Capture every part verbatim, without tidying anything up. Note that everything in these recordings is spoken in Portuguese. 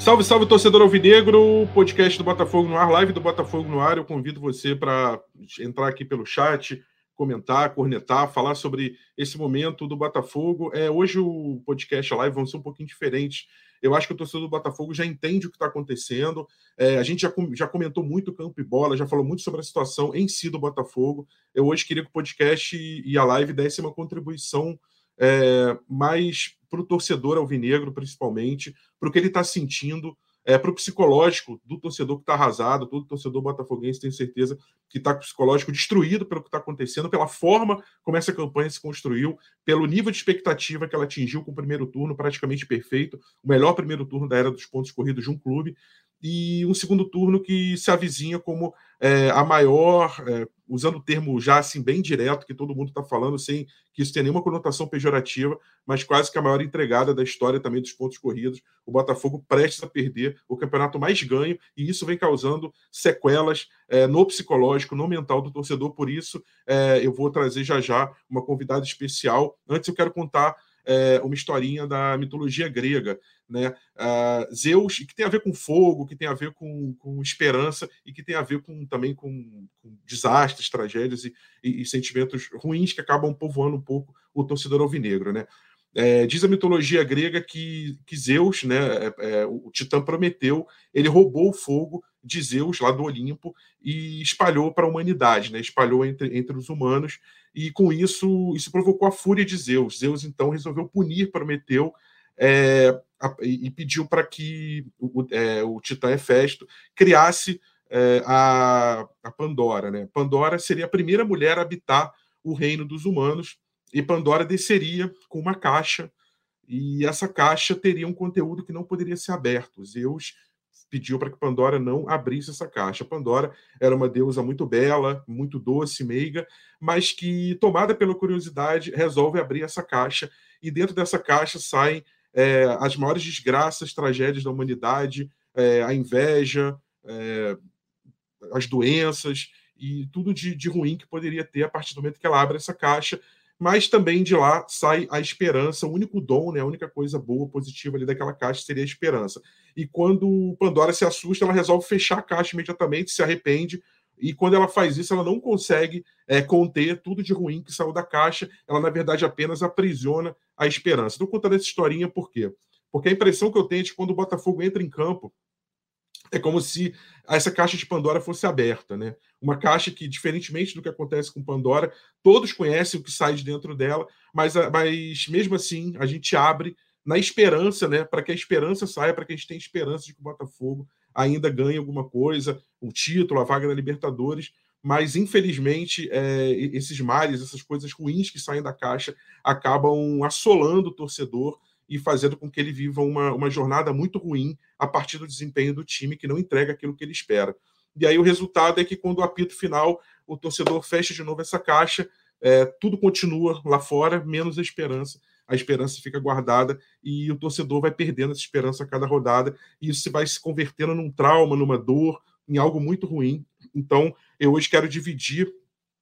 Salve, salve, torcedor alvinegro, podcast do Botafogo no ar, live do Botafogo no ar. Eu convido você para entrar aqui pelo chat, comentar, cornetar, falar sobre esse momento do Botafogo. É, hoje o podcast, a live, vão ser um pouquinho diferentes. Eu acho que o torcedor do Botafogo já entende o que está acontecendo. É, a gente já, já comentou muito campo e bola, já falou muito sobre a situação em si do Botafogo. Eu hoje queria que o podcast e a live dessem uma contribuição é, mais para o torcedor alvinegro, principalmente, para o que ele está sentindo, é, para o psicológico do torcedor que está arrasado. Todo torcedor botafoguense tem certeza que está com o psicológico destruído pelo que está acontecendo, pela forma como essa campanha se construiu, pelo nível de expectativa que ela atingiu com o primeiro turno praticamente perfeito, o melhor primeiro turno da era dos pontos corridos de um clube, e um segundo turno que se avizinha como é, a maior, é, usando o termo já assim bem direto, que todo mundo está falando, sem que isso tenha nenhuma conotação pejorativa, mas quase que a maior entregada da história também dos pontos corridos. O Botafogo prestes a perder o campeonato mais ganho, e isso vem causando sequelas é, no psicológico, no mental do torcedor. Por isso, é, eu vou trazer já já uma convidada especial. Antes eu quero contar é, uma historinha da mitologia grega, né? Uh, Zeus, que tem a ver com fogo, que tem a ver com, com esperança e que tem a ver com, também com, com desastres, tragédias e, e, e sentimentos ruins que acabam povoando um pouco o torcedor alvinegro, né? É, diz a mitologia grega que, que Zeus, né, é, é, o Titã Prometeu, ele roubou o fogo de Zeus lá do Olimpo e espalhou para a humanidade, né, espalhou entre, entre os humanos, e com isso, isso provocou a fúria de Zeus. Zeus, então, resolveu punir Prometeu é, a, e pediu para que o, é, o Titã Hefesto criasse é, a, a Pandora, né? Pandora seria a primeira mulher a habitar o reino dos humanos, e Pandora desceria com uma caixa, e essa caixa teria um conteúdo que não poderia ser aberto. Zeus pediu para que Pandora não abrisse essa caixa. Pandora era uma deusa muito bela, muito doce, meiga, mas que, tomada pela curiosidade, resolve abrir essa caixa, e dentro dessa caixa saem é, as maiores desgraças, tragédias da humanidade, é, a inveja, é, as doenças e tudo de, de ruim que poderia ter a partir do momento que ela abre essa caixa. Mas também de lá sai a esperança, o único dom, né, a única coisa boa, positiva ali daquela caixa seria a esperança. E quando Pandora se assusta, ela resolve fechar a caixa imediatamente, se arrepende, e quando ela faz isso, ela não consegue é, conter tudo de ruim que saiu da caixa, ela, na verdade, apenas aprisiona a esperança. Estou contando essa historinha por quê? Porque a impressão que eu tenho é que quando o Botafogo entra em campo, é como se essa caixa de Pandora fosse aberta, né? Uma caixa que, diferentemente do que acontece com Pandora, todos conhecem o que sai de dentro dela, mas, mas mesmo assim a gente abre na esperança, né? Para que a esperança saia, para que a gente tenha esperança de que o Botafogo ainda ganhe alguma coisa, o título, a vaga da Libertadores. Mas, infelizmente, é, esses males, essas coisas ruins que saem da caixa acabam assolando o torcedor e fazendo com que ele viva uma, uma jornada muito ruim a partir do desempenho do time, que não entrega aquilo que ele espera. E aí o resultado é que, quando o apito final, o torcedor fecha de novo essa caixa, é, tudo continua lá fora, menos a esperança. A esperança fica guardada e o torcedor vai perdendo essa esperança a cada rodada, e isso vai se convertendo num trauma, numa dor, em algo muito ruim. Então, eu hoje quero dividir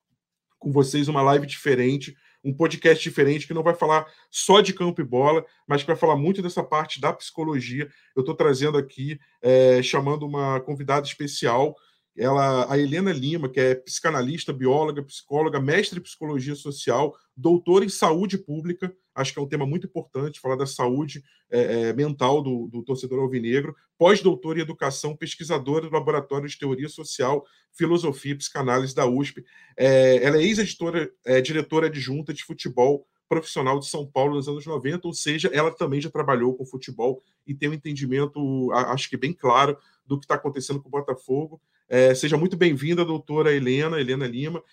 com vocês uma live diferente, um podcast diferente, que não vai falar só de campo e bola, mas que vai falar muito dessa parte da psicologia. Eu estou trazendo aqui, é, chamando uma convidada especial, ela, a Helena Lima, que é psicanalista, bióloga, psicóloga, mestre em psicologia social, doutora em saúde pública. Acho que é um tema muito importante, falar da saúde é, é, mental do, do torcedor alvinegro. Pós-doutora em educação, pesquisadora do Laboratório de Teoria Social, Filosofia e Psicanálise da U S P. É, ela é ex-editora, é, diretora adjunta de futebol profissional de São Paulo nos anos noventa, ou seja, ela também já trabalhou com futebol e tem um entendimento, acho que bem claro, do que está acontecendo com o Botafogo. É, seja muito bem-vinda, doutora Helena, Helena Lima,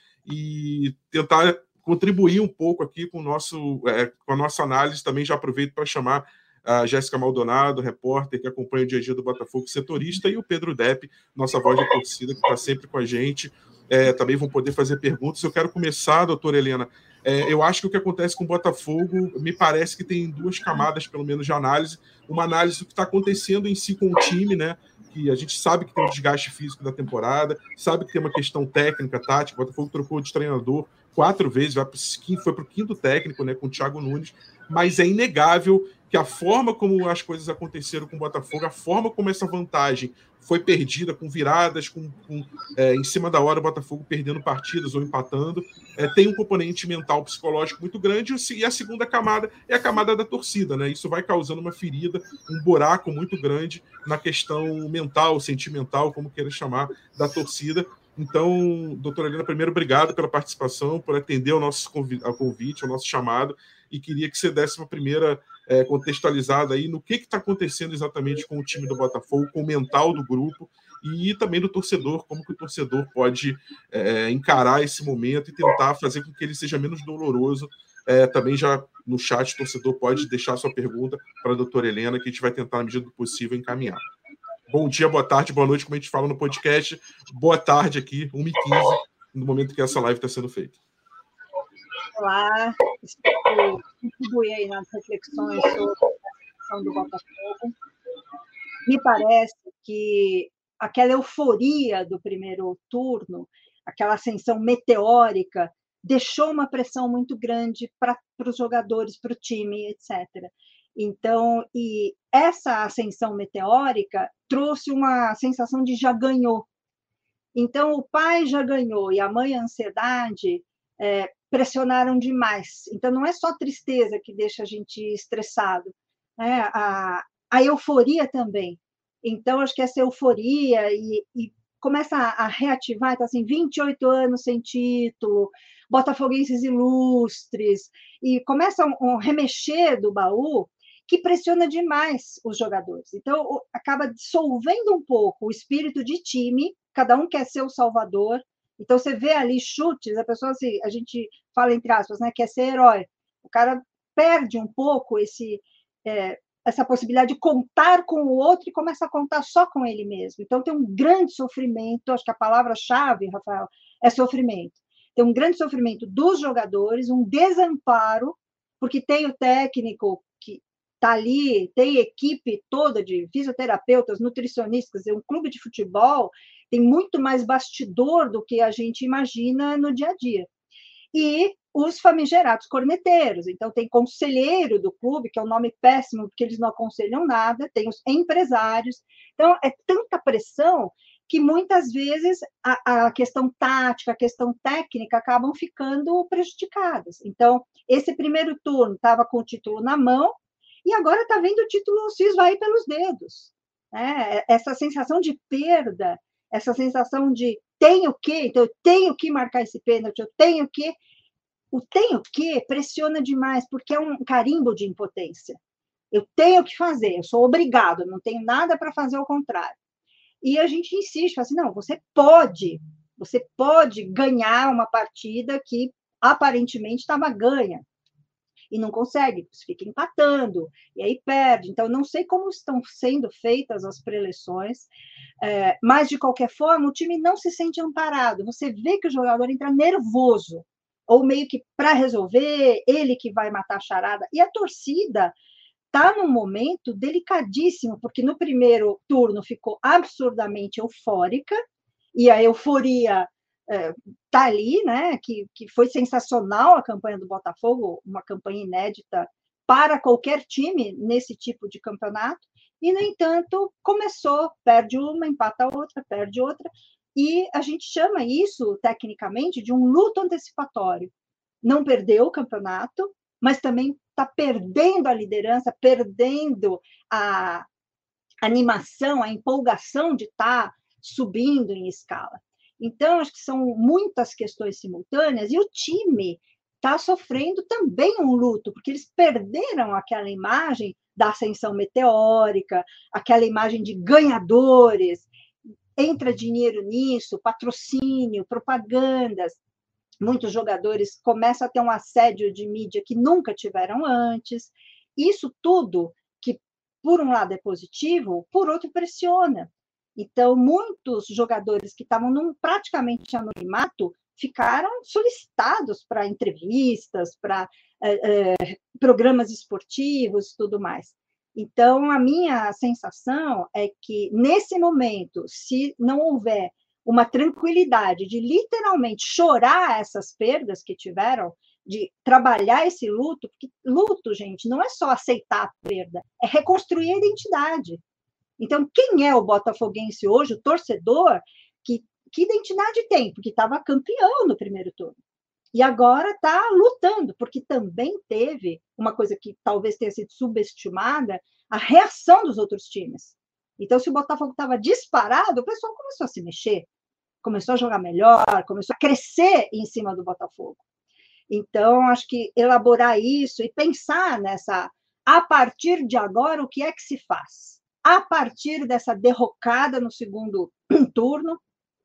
e tentar contribuir um pouco aqui com, o nosso, é, com a nossa análise. Também já aproveito para chamar a Jéssica Maldonado, repórter que acompanha o dia a dia do Botafogo, setorista, e o Pedro Depp, nossa voz da torcida, que está sempre com a gente. É, também vão poder fazer perguntas. Eu quero começar, doutora Helena. É, eu acho que o que acontece com o Botafogo me parece que tem duas camadas, pelo menos, de análise. Uma análise do que está acontecendo em si com o time, né? Que a gente sabe que tem um desgaste físico da temporada, sabe que tem uma questão técnica, tática. O Botafogo trocou de treinador quatro vezes, vai pro, foi para o quinto técnico, né, com o Thiago Nunes, mas é inegável que a forma como as coisas aconteceram com o Botafogo, a forma como essa vantagem foi perdida, com viradas, com, com é, em cima da hora o Botafogo perdendo partidas ou empatando, é, tem um componente mental, psicológico muito grande, e a segunda camada é a camada da torcida, né? Isso vai causando uma ferida, um buraco muito grande na questão mental, sentimental, como queira chamar, da torcida. Então, doutora Helena, primeiro, obrigado pela participação, por atender ao nosso convite, ao nosso chamado, e queria que você desse uma primeira é, contextualizada aí no que está acontecendo exatamente com o time do Botafogo, com o mental do grupo e também do torcedor, como que o torcedor pode é, encarar esse momento e tentar fazer com que ele seja menos doloroso. É, também já no chat, o torcedor pode deixar sua pergunta para a doutora Helena, que a gente vai tentar, na medida do possível, encaminhar. Bom dia, boa tarde, boa noite, como a gente fala no podcast. Boa tarde aqui, uma e quinze, no momento que essa live está sendo feita. Olá, espero contribuir aí nas reflexões sobre a questão do Botafogo. Me parece que aquela euforia do primeiro turno, aquela ascensão meteórica, deixou uma pressão muito grande para os jogadores, para o time, etcétera. Então, e essa ascensão meteórica trouxe uma sensação de já ganhou. Então, o pai já ganhou e a mãe, a ansiedade, é, pressionaram demais. Então, não é só tristeza que deixa a gente estressado, né? a, a euforia também. Então, acho que essa euforia e, e começa a, a reativar, então, assim, vinte e oito anos sem título, botafoguenses ilustres, e começa um, um remexer do baú que pressiona demais os jogadores. Então, acaba dissolvendo um pouco o espírito de time, cada um quer ser o salvador. Então, você vê ali chutes, a pessoa, assim, a gente fala entre aspas, né, quer ser herói. O cara perde um pouco esse, é, essa possibilidade de contar com o outro e começa a contar só com ele mesmo. Então, tem um grande sofrimento, acho que a palavra-chave, Rafael, é sofrimento. Tem um grande sofrimento dos jogadores, um desamparo, porque tem o técnico que está ali, tem equipe toda de fisioterapeutas, nutricionistas, é um clube de futebol, tem muito mais bastidor do que a gente imagina no dia a dia. E os famigerados corneteiros, então tem conselheiro do clube, que é um nome péssimo, porque eles não aconselham nada, tem os empresários, então é tanta pressão que muitas vezes a, a questão tática, a questão técnica acabam ficando prejudicadas. Então, esse primeiro turno estava com o título na mão, e agora está vendo o título se esvair pelos dedos. Né? Essa sensação de perda, essa sensação de tenho que, então eu tenho que marcar esse pênalti, eu tenho que. O tenho que pressiona demais, porque é um carimbo de impotência. Eu tenho que fazer, eu sou obrigado, não tenho nada para fazer ao contrário. E a gente insiste, fala assim, não, você pode, você pode ganhar uma partida que aparentemente estava ganha, e não consegue, fica empatando, e aí perde. Então, não sei como estão sendo feitas as preleções, é, mas, de qualquer forma, o time não se sente amparado. Você vê que o jogador entra nervoso, ou meio que para resolver, ele que vai matar a charada. E a torcida está num momento delicadíssimo, porque no primeiro turno ficou absurdamente eufórica, e a euforia está é, ali, né? Que, que foi sensacional a campanha do Botafogo, uma campanha inédita para qualquer time nesse tipo de campeonato, e, no entanto, começou, perde uma, empata a outra, perde outra, e a gente chama isso, tecnicamente, de um luto antecipatório. Não perdeu o campeonato, mas também está perdendo a liderança, perdendo a animação, a empolgação de estar tá subindo em escala. Então, acho que são muitas questões simultâneas, e o time está sofrendo também um luto, porque eles perderam aquela imagem da ascensão meteórica, aquela imagem de ganhadores, entra dinheiro nisso, patrocínio, propagandas, muitos jogadores começam a ter um assédio de mídia que nunca tiveram antes, isso tudo, que por um lado é positivo, por outro pressiona. Então, muitos jogadores que estavam num praticamente anonimato ficaram solicitados para entrevistas, para é, é, programas esportivos e tudo mais. Então, a minha sensação é que, nesse momento, se não houver uma tranquilidade de literalmente chorar essas perdas que tiveram, de trabalhar esse luto, porque luto, gente, não é só aceitar a perda, é reconstruir a identidade. Então, quem é o botafoguense hoje, o torcedor, que, que identidade tem? Porque estava campeão no primeiro turno. E agora está lutando, porque também teve uma coisa que talvez tenha sido subestimada, a reação dos outros times. Então, se o Botafogo estava disparado, o pessoal começou a se mexer, começou a jogar melhor, começou a crescer em cima do Botafogo. Então, acho que elaborar isso e pensar nessa, a partir de agora, o que é que se faz? A partir dessa derrocada no segundo turno,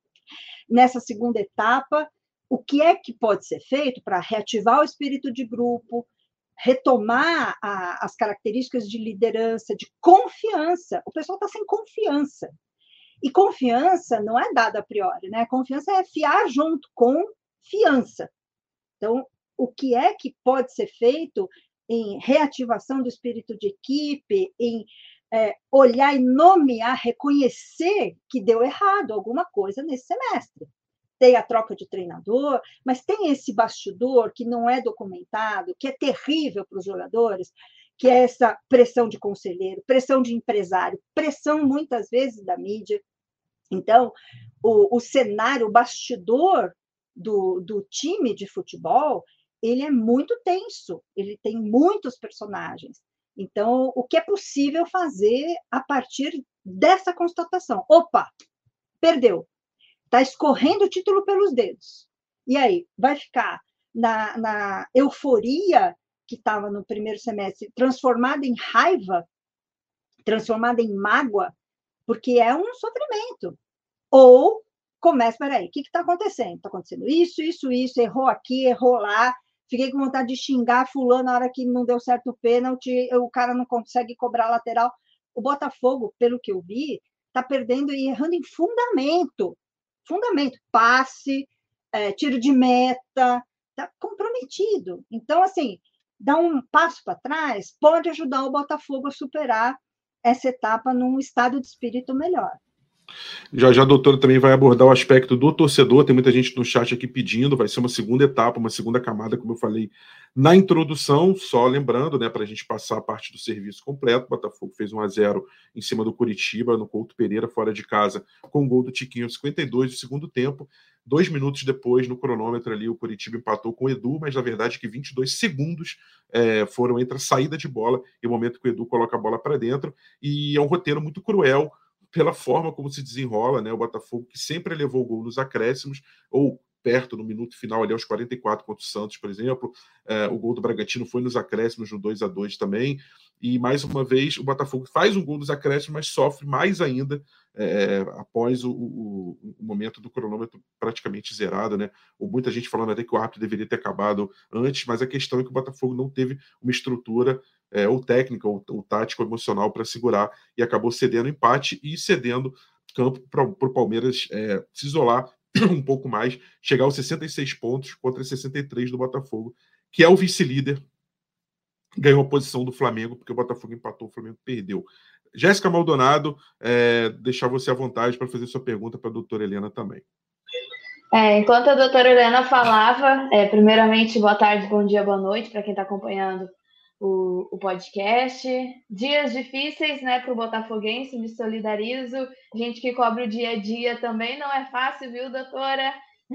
nessa segunda etapa, o que é que pode ser feito para reativar o espírito de grupo, retomar a, as características de liderança, de confiança. O pessoal está sem confiança. E confiança não é dada a priori, né? Confiança é fiar junto com fiança. Então, o que é que pode ser feito em reativação do espírito de equipe, em é, olhar e nomear, reconhecer que deu errado alguma coisa nesse semestre? Tem a troca de treinador, mas tem esse bastidor que não é documentado, que é terrível para os jogadores, que é essa pressão de conselheiro, pressão de empresário, pressão, muitas vezes, da mídia. Então, o, o cenário, o bastidor do, do time de futebol, ele é muito tenso, ele tem muitos personagens. Então, o que é possível fazer a partir dessa constatação? Opa, perdeu. Está escorrendo o título pelos dedos. E aí, vai ficar na, na euforia que estava no primeiro semestre, transformada em raiva, transformada em mágoa, porque é um sofrimento. Ou começa, peraí, o que está acontecendo? Está acontecendo isso, isso, isso, errou aqui, errou lá, fiquei com vontade de xingar fulano na hora que não deu certo o pênalti, o cara não consegue cobrar lateral. O Botafogo, pelo que eu vi, está perdendo e errando em fundamento. Fundamento, passe, é, tiro de meta, está comprometido. Então, assim, dar um passo para trás pode ajudar o Botafogo a superar essa etapa num estado de espírito melhor. Já já a doutora também vai abordar o aspecto do torcedor, tem muita gente no chat aqui pedindo, vai ser uma segunda etapa, uma segunda camada, como eu falei na introdução, só lembrando, né, para a gente passar a parte do serviço completo. O Botafogo fez um a zero em cima do Curitiba, no Couto Pereira, fora de casa, com o gol do Tiquinho aos cinquenta e dois do segundo tempo. Dois minutos depois, no cronômetro ali, o Curitiba empatou com o Edu, mas na verdade que vinte e dois segundos é, foram entre a saída de bola e o momento que o Edu coloca a bola para dentro, e é um roteiro muito cruel, pela forma como se desenrola, né? O Botafogo, que sempre levou o gol nos acréscimos, ou perto no minuto final, ali aos quarenta e quatro, contra o Santos, por exemplo. É, o gol do Bragantino foi nos acréscimos, no dois a dois também. E, mais uma vez, o Botafogo faz um gol nos acréscimos, mas sofre mais ainda é, após o, o, o momento do cronômetro praticamente zerado, né? Ou muita gente falando até que o árbitro deveria ter acabado antes, mas a questão é que o Botafogo não teve uma estrutura É, ou técnica, ou, ou tático, emocional para segurar, e acabou cedendo empate e cedendo campo para o Palmeiras é, se isolar um pouco mais, chegar aos sessenta e seis pontos contra sessenta e três do Botafogo, que é o vice-líder, ganhou a posição do Flamengo, porque o Botafogo empatou, o Flamengo perdeu. Jéssica Maldonado, é, deixar você à vontade para fazer sua pergunta para a doutora Helena também. É, enquanto a doutora Helena falava, é, primeiramente, boa tarde, bom dia, boa noite para quem está acompanhando O, o podcast. Dias difíceis, né, para o botafoguense, me solidarizo. Gente que cobre o dia a dia também não é fácil, viu, doutora?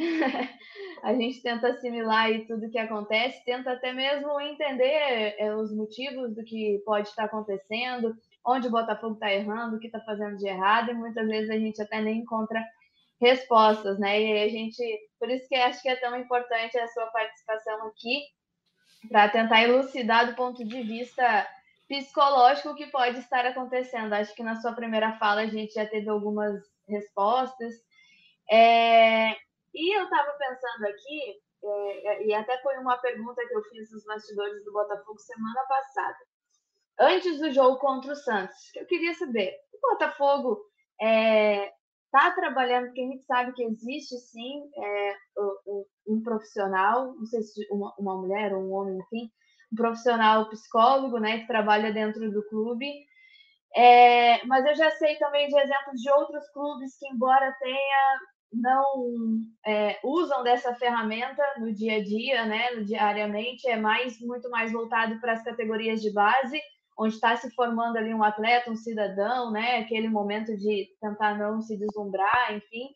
A gente tenta assimilar aí tudo que acontece, tenta até mesmo entender é, os motivos do que pode estar acontecendo, onde o Botafogo está errando, o que está fazendo de errado, e muitas vezes a gente até nem encontra respostas, né? E a gente, por isso que acho que é tão importante a sua participação aqui, para tentar elucidar do ponto de vista psicológico o que pode estar acontecendo. Acho que na sua primeira fala a gente já teve algumas respostas. É... E eu estava pensando aqui, é... e até foi uma pergunta que eu fiz nos bastidores do Botafogo semana passada, antes do jogo contra o Santos, que eu queria saber, o Botafogo é... está trabalhando, porque a gente sabe que existe, sim, é, um, um profissional, não sei se uma, uma mulher ou um homem, enfim, um profissional psicólogo, né, que trabalha dentro do clube, é, mas eu já sei também de exemplos de outros clubes que, embora tenha não é, usam dessa ferramenta no dia a dia, né, no diariamente, é mais, muito mais voltado para as categorias de base, onde está se formando ali um atleta, um cidadão, né, aquele momento de tentar não se deslumbrar, enfim.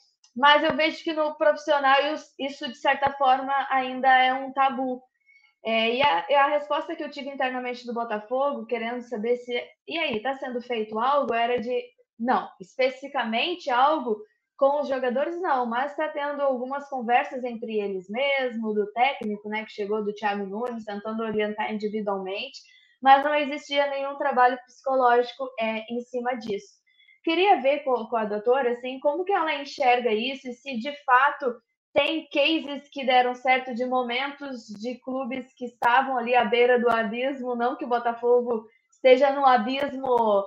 Mas eu vejo que no profissional isso, de certa forma, ainda é um tabu. É, e, a, e a resposta que eu tive internamente do Botafogo, querendo saber se, e aí, está sendo feito algo, era de, não, especificamente algo com os jogadores, não, mas está tendo algumas conversas entre eles mesmo, do técnico, né, que chegou, do Thiago Nunes, tentando orientar individualmente, mas não existia nenhum trabalho psicológico é, em cima disso. Queria ver com, com a doutora, assim, como que ela enxerga isso e se, de fato, tem cases que deram certo de momentos de clubes que estavam ali à beira do abismo, não que o Botafogo esteja no abismo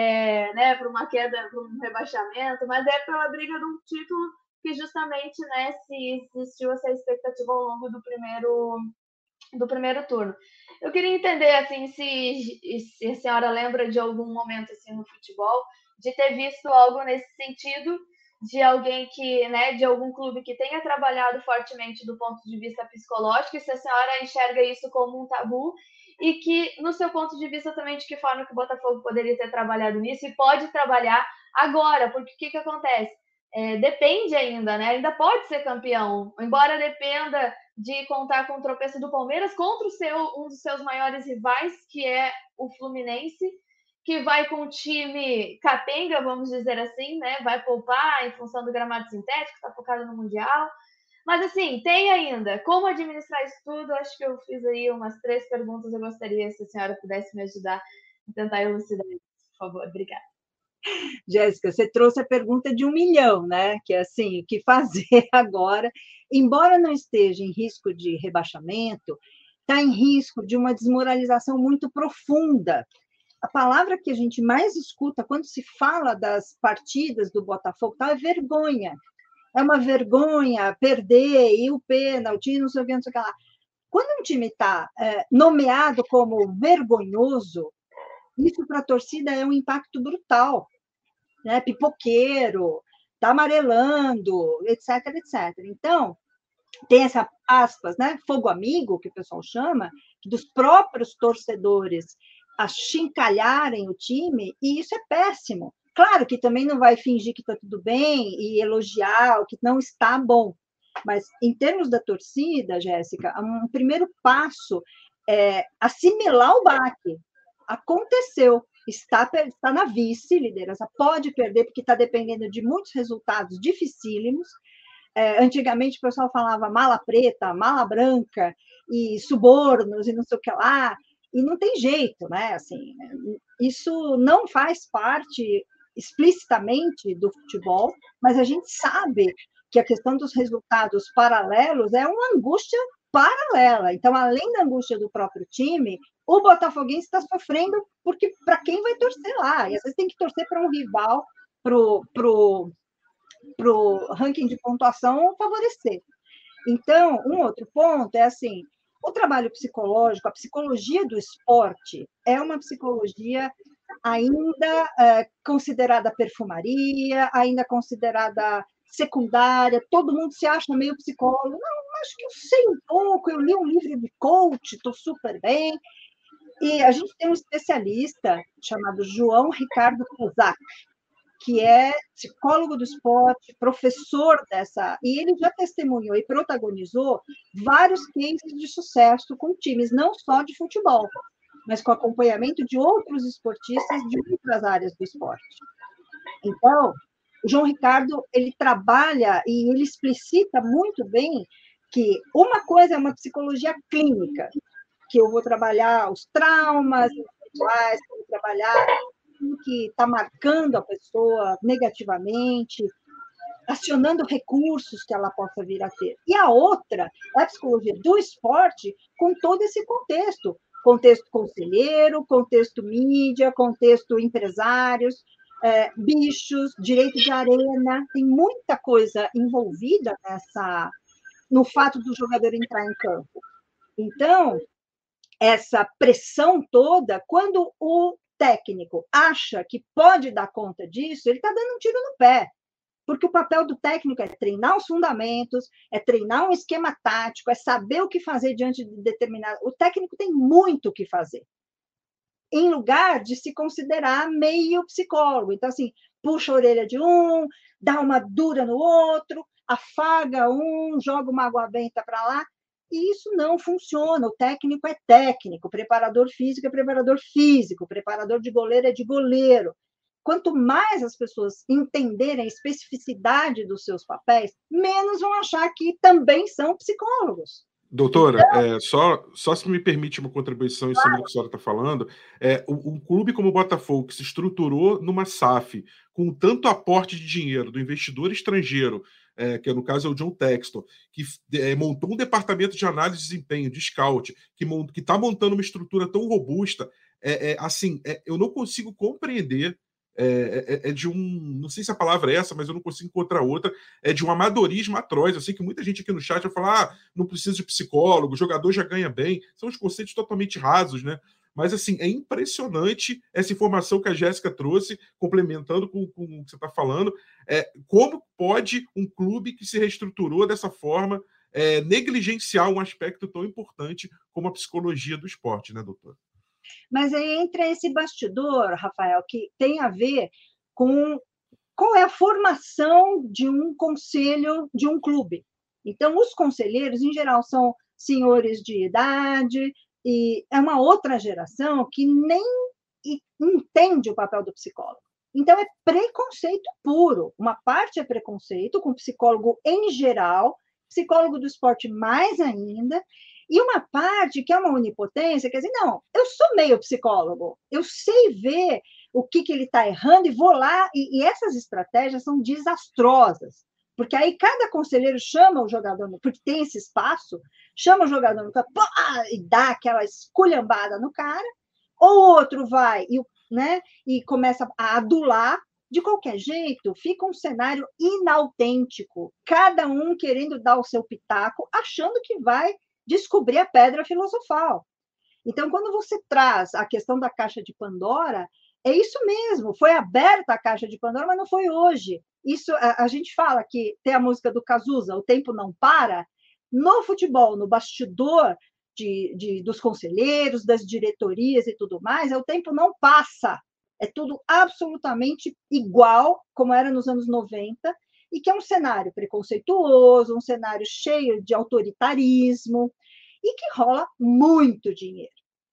é, né, para uma queda, para um rebaixamento, mas é pela briga de um título que justamente, né, se existiu essa expectativa ao longo do primeiro, do primeiro turno. Eu queria entender, assim, se, se a senhora lembra de algum momento, assim, no futebol, de ter visto algo nesse sentido, de alguém que, né, de algum clube que tenha trabalhado fortemente do ponto de vista psicológico, e se a senhora enxerga isso como um tabu, e que, no seu ponto de vista também, de que forma que o Botafogo poderia ter trabalhado nisso, e pode trabalhar agora, porque o que, que acontece? É, depende ainda, né? Ainda pode ser campeão, embora dependa de contar com o tropeço do Palmeiras contra o seu, um dos seus maiores rivais, que é o Fluminense, que vai com o time capenga, vamos dizer assim, né? Vai poupar em função do gramado sintético, está focado no Mundial. Mas, assim, tem ainda como administrar isso tudo. Acho que eu fiz aí umas três perguntas. Eu gostaria, se a senhora pudesse me ajudar a tentar elucidar isso, por favor. Obrigada. Jéssica, você trouxe a pergunta de um milhão, né? Que é assim, o que fazer agora? Embora não esteja em risco de rebaixamento, está em risco de uma desmoralização muito profunda. A palavra que a gente mais escuta quando se fala das partidas do Botafogo tá, é vergonha. É uma vergonha perder, e o pênalti, não sei o que, não sei o que lá. Quando um time está é, nomeado como vergonhoso, isso para a torcida é um impacto brutal. Né? Pipoqueiro, tá amarelando, etc, etcétera. Então, tem essa, aspas, né? Fogo amigo, que o pessoal chama, dos próprios torcedores achincalharem o time, e isso é péssimo. Claro que também não vai fingir que está tudo bem e elogiar o que não está bom, mas em termos da torcida, Jéssica, um primeiro passo é assimilar o baque. Aconteceu, está, está na vice-liderança, pode perder, porque está dependendo de muitos resultados dificílimos. É, antigamente o pessoal falava mala preta, mala branca, e subornos, e não sei o que lá, e não tem jeito, né? Assim, isso não faz parte explicitamente do futebol, mas a gente sabe que a questão dos resultados paralelos é uma angústia paralela. Então, além da angústia do próprio time, o botafoguense está sofrendo porque para quem vai torcer lá? E às vezes tem que torcer para um rival, para o pro ranking de pontuação favorecer. Então, um outro ponto é assim, o trabalho psicológico, a psicologia do esporte é uma psicologia ainda é, considerada perfumaria, ainda considerada secundária, todo mundo se acha meio psicólogo. Não, acho que eu sei um pouco, eu li um livro de coach, estou super bem. E a gente tem um especialista chamado João Ricardo Kozak, que é psicólogo do esporte, professor dessa, e ele já testemunhou e protagonizou vários cases de sucesso com times, não só de futebol, mas com acompanhamento de outros esportistas de outras áreas do esporte. Então, o João Ricardo, ele trabalha e ele explicita muito bem que uma coisa é uma psicologia clínica, que eu vou trabalhar os traumas individuais, vou trabalhar que está marcando a pessoa negativamente, acionando recursos que ela possa vir a ter. E a outra é a psicologia do esporte com todo esse contexto, contexto conselheiro, contexto mídia, contexto empresários, é, bichos, direito de arena, tem muita coisa envolvida nessa, no fato do jogador entrar em campo. Então, essa pressão toda, quando o técnico acha que pode dar conta disso, ele está dando um tiro no pé, Porque o papel do técnico é treinar os fundamentos, é treinar um esquema tático, é saber o que fazer diante de determinado... O técnico tem muito o que fazer, em lugar de se considerar meio psicólogo. Então, assim, puxa a orelha de um, dá uma dura no outro, afaga um, joga uma água benta para lá, e isso não funciona. O técnico é técnico, o preparador físico é preparador físico, o preparador de goleiro é de goleiro. Quanto mais as pessoas entenderem a especificidade dos seus papéis, menos vão achar que também são psicólogos. Doutora, então, é, só, só se me permite uma contribuição em claro. cima do que a senhora está falando, é, um, um clube como o Botafogo, que se estruturou numa S A F, com tanto aporte de dinheiro do investidor estrangeiro, é, que no caso é o John Textor, que é, montou um departamento de análise de desempenho, de scout, que está montando uma estrutura tão robusta, é, é, assim, é, eu não consigo compreender. É, é, é de um, não sei se a palavra é essa, mas eu não consigo encontrar outra, é de um amadorismo atroz. Eu sei que muita gente aqui no chat vai falar, ah, não precisa de psicólogo, o jogador já ganha bem, são os conceitos totalmente rasos, né? Mas, assim, é impressionante essa informação que a Jéssica trouxe, complementando com, com o que você está falando, é, como pode um clube que se reestruturou dessa forma é, negligenciar um aspecto tão importante como a psicologia do esporte, né, doutor? Mas aí entra esse bastidor, Rafael, que tem a ver com qual é a formação de um conselho de um clube. Então, os conselheiros, em geral, são senhores de idade, e é uma outra geração que nem entende o papel do psicólogo. Então, é preconceito puro. Uma parte é preconceito, com o psicólogo em geral, psicólogo do esporte mais ainda, e uma parte que é uma onipotência, quer dizer, não, eu sou meio psicólogo, eu sei ver o que, que ele está errando e vou lá, e, e essas estratégias são desastrosas, porque aí cada conselheiro chama o jogador, porque tem esse espaço, chama o jogador no campo, e dá aquela esculhambada no cara, ou outro vai e, né, e começa a adular. De qualquer jeito, fica um cenário inautêntico, cada um querendo dar o seu pitaco, achando que vai descobrir a pedra filosofal. Então, quando você traz a questão da caixa de Pandora, é isso mesmo, foi aberta a caixa de Pandora, mas não foi hoje. Isso, a, a gente fala que tem a música do Cazuza, o tempo não para. No futebol, no bastidor de, de, dos conselheiros, das diretorias e tudo mais, é o tempo não passa. É tudo absolutamente igual, como era nos anos noventa, e que é um cenário preconceituoso, um cenário cheio de autoritarismo, e que rola muito dinheiro.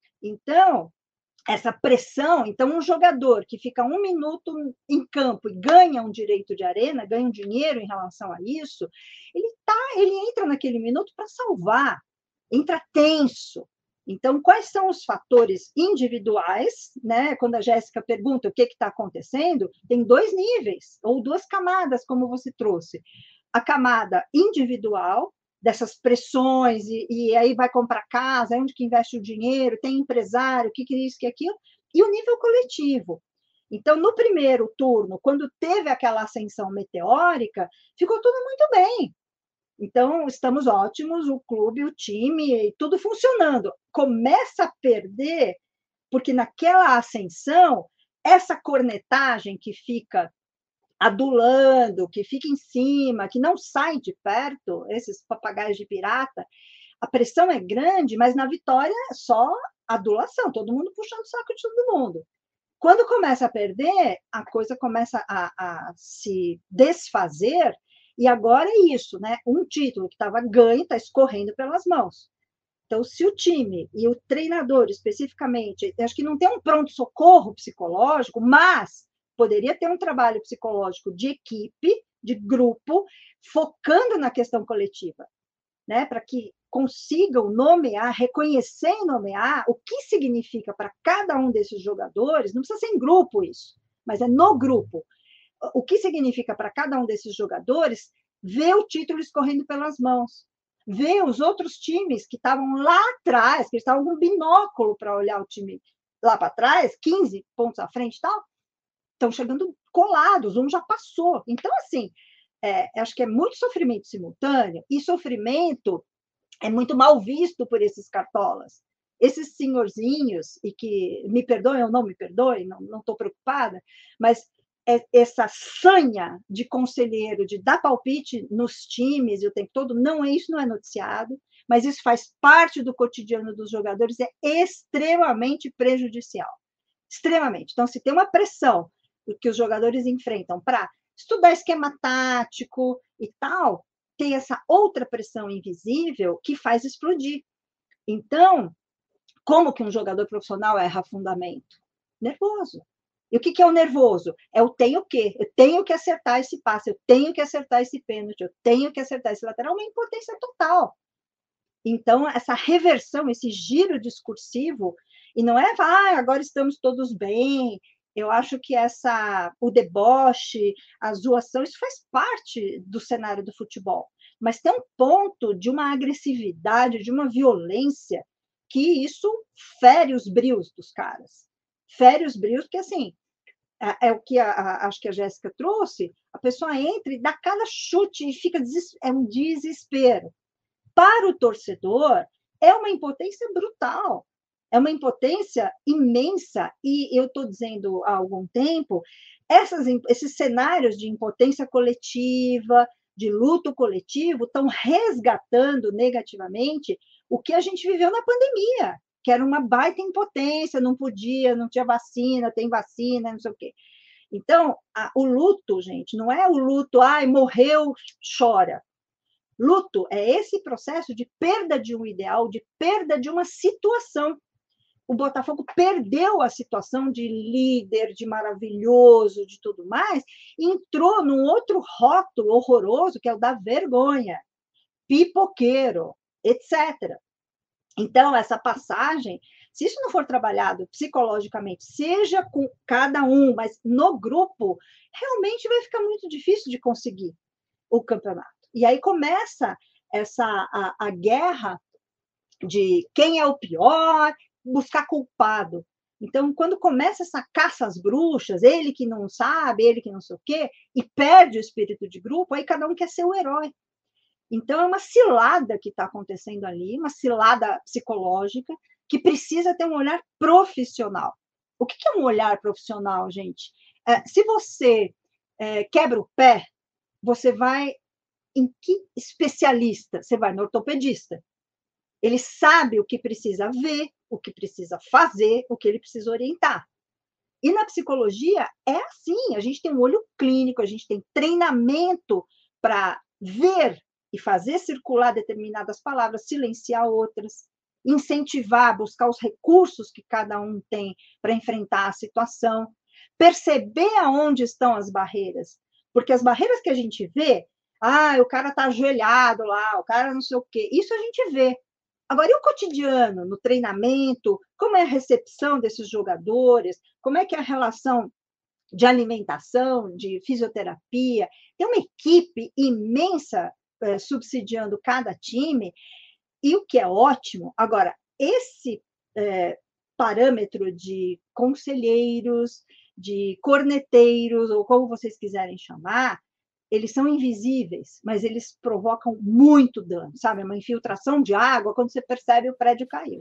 Então, essa pressão, então um jogador que fica um minuto em campo e ganha um direito de arena, ganha um dinheiro em relação a isso, ele, tá, ele entra naquele minuto para salvar, entra tenso. Então, quais são os fatores individuais, né? Quando a Jéssica pergunta o que está acontecendo, tem dois níveis, ou duas camadas, como você trouxe. A camada individual, dessas pressões, e, e aí vai comprar casa, é onde que investe o dinheiro, tem empresário, o que, que é isso, que é aquilo, e o nível coletivo. Então, no primeiro turno, quando teve aquela ascensão meteórica, ficou tudo muito bem. Então, estamos ótimos, o clube, o time, tudo funcionando. Começa a perder, porque naquela ascensão, essa cornetagem que fica adulando, que fica em cima, que não sai de perto, esses papagaios de pirata, a pressão é grande, mas na vitória é só adulação, todo mundo puxando o saco de todo mundo. Quando começa a perder, a coisa começa a, a se desfazer, e agora é isso, né? Um título que estava ganho está escorrendo pelas mãos. Então, se o time e o treinador, especificamente, acho que não tem um pronto-socorro psicológico, mas poderia ter um trabalho psicológico de equipe, de grupo, focando na questão coletiva, né? Para que consigam nomear, reconhecer e nomear o que significa para cada um desses jogadores, não precisa ser em grupo isso, mas é no grupo. O que significa para cada um desses jogadores ver o título escorrendo pelas mãos, ver os outros times que estavam lá atrás, que estavam com binóculo para olhar o time lá para trás, quinze pontos à frente e tal, estão chegando colados, um já passou. Então, assim, é, acho que é muito sofrimento simultâneo, e sofrimento é muito mal visto por esses cartolas. Esses senhorzinhos, e que me perdoem ou não me perdoem, não estou preocupada, mas essa sanha de conselheiro, de dar palpite nos times e o tempo todo, não é isso, não é noticiado, mas isso faz parte do cotidiano dos jogadores, é extremamente prejudicial. Extremamente. Então, se tem uma pressão que os jogadores enfrentam para estudar esquema tático e tal, tem essa outra pressão invisível que faz explodir. Então, como que um jogador profissional erra fundamento? Nervoso. E o que, que é o nervoso? É o tenho que. Eu tenho que acertar esse passe, eu tenho que acertar esse pênalti, eu tenho que acertar esse lateral, uma impotência total. Então, essa reversão, esse giro discursivo, e não é, ah, agora estamos todos bem, eu acho que essa, o deboche, a zoação, isso faz parte do cenário do futebol. Mas tem um ponto de uma agressividade, de uma violência, que isso fere os brios dos caras. Fere os brios, porque, assim, é, é o que a, a, acho que a Jéssica trouxe, a pessoa entra e dá cada chute e fica, des, é um desespero. Para o torcedor, é uma impotência brutal, é uma impotência imensa, e eu estou dizendo há algum tempo, essas, esses cenários de impotência coletiva, de luto coletivo, estão resgatando negativamente o que a gente viveu na pandemia, que era uma baita impotência, não podia, não tinha vacina, tem vacina, não sei o quê. Então, a, o luto, gente, não é o luto, ai, morreu, chora. Luto é esse processo de perda de um ideal, de perda de uma situação. O Botafogo perdeu a situação de líder, de maravilhoso, de tudo mais, e entrou num outro rótulo horroroso, que é o da vergonha, pipoqueiro, etcétera. Então, essa passagem, se isso não for trabalhado psicologicamente, seja com cada um, mas no grupo, realmente vai ficar muito difícil de conseguir o campeonato. E aí começa essa, a, a guerra de quem é o pior, buscar culpado. Então, quando começa essa caça às bruxas, ele que não sabe, ele que não sei o quê, e perde o espírito de grupo, aí cada um quer ser o herói. Então, é uma cilada que está acontecendo ali, uma cilada psicológica, que precisa ter um olhar profissional. O que é um olhar profissional, gente? É, se você é, quebra o pé, você vai em que especialista? Você vai no ortopedista. Ele sabe o que precisa ver, o que precisa fazer, o que ele precisa orientar. E na psicologia é assim, a gente tem um olho clínico, a gente tem treinamento para ver e fazer circular determinadas palavras, silenciar outras, incentivar, buscar os recursos que cada um tem para enfrentar a situação, perceber aonde estão as barreiras, porque as barreiras que a gente vê, ah, o cara está ajoelhado lá, o cara não sei o quê, isso a gente vê. Agora, e o cotidiano, no treinamento, como é a recepção desses jogadores, como é que é a relação de alimentação, de fisioterapia, tem uma equipe imensa é, subsidiando cada time, e o que é ótimo, agora, esse é, parâmetro de conselheiros, de corneteiros, ou como vocês quiserem chamar, eles são invisíveis, mas eles provocam muito dano, sabe? Uma infiltração de água, quando você percebe, o prédio caiu.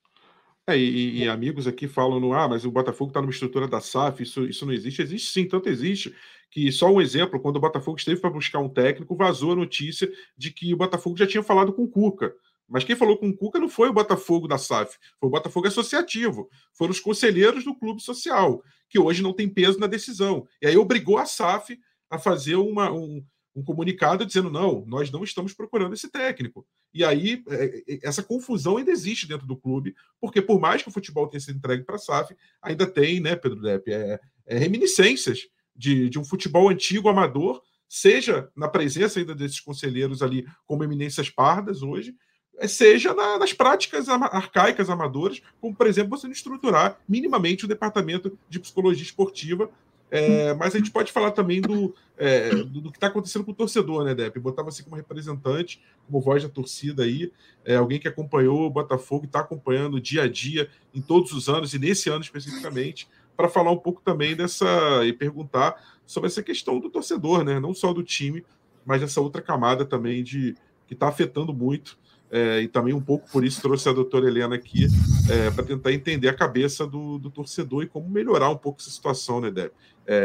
É, e, e amigos aqui falam, no, ah, mas o Botafogo está numa estrutura da S A F, isso, isso não existe. Existe sim, tanto existe que, só um exemplo, quando o Botafogo esteve para buscar um técnico, vazou a notícia de que o Botafogo já tinha falado com o Cuca. Mas quem falou com o Cuca não foi o Botafogo da S A F, foi o Botafogo associativo, foram os conselheiros do clube social, que hoje não tem peso na decisão. E aí obrigou a S A F a fazer uma, um, um comunicado dizendo, não, nós não estamos procurando esse técnico. E aí, essa confusão ainda existe dentro do clube, porque por mais que o futebol tenha sido entregue para a S A F, ainda tem, né, Pedro Depp, é, é, reminiscências de, de um futebol antigo, amador, seja na presença ainda desses conselheiros ali como eminências pardas hoje, seja na, nas práticas arcaicas amadoras, como, por exemplo, você não estruturar minimamente o departamento de psicologia esportiva. É, mas a gente pode falar também do, é, do, do que está acontecendo com o torcedor, né, Depp? Botar você como representante, como voz da torcida aí, é, alguém que acompanhou o Botafogo e está acompanhando dia a dia, em todos os anos, e nesse ano especificamente, para falar um pouco também dessa, e perguntar sobre essa questão do torcedor, né? Não só do time, mas dessa outra camada também de, que está afetando muito. É, e também um pouco por isso trouxe a doutora Helena aqui é, para tentar entender a cabeça do, do torcedor e como melhorar um pouco essa situação, né, Deb? É,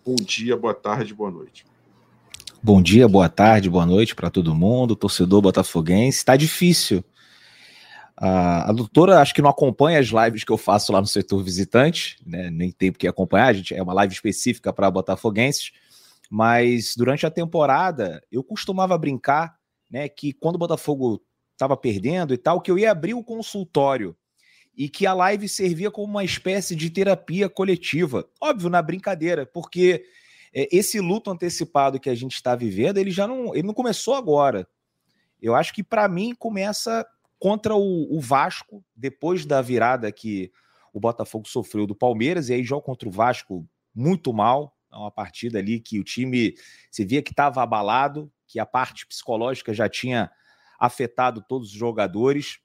Bom dia, boa tarde, boa noite. Bom dia, boa tarde, boa noite para todo mundo, torcedor botafoguense. Está difícil. A, a doutora acho que não acompanha as lives que eu faço lá no setor visitante, né? Nem tem porque acompanhar, a gente é uma live específica para botafoguenses, mas durante a temporada eu costumava brincar, né, que quando o Botafogo estava perdendo e tal, que eu ia abrir o consultório e que a live servia como uma espécie de terapia coletiva. Óbvio, na brincadeira, porque é, esse luto antecipado que a gente está vivendo, ele já não, ele não começou agora. Eu acho que, para mim, começa contra o, o Vasco, depois da virada que o Botafogo sofreu do Palmeiras, e aí joga contra o Vasco muito mal, é uma partida ali que o time, se via que estava abalado, que a parte psicológica já tinha afetado todos os jogadores.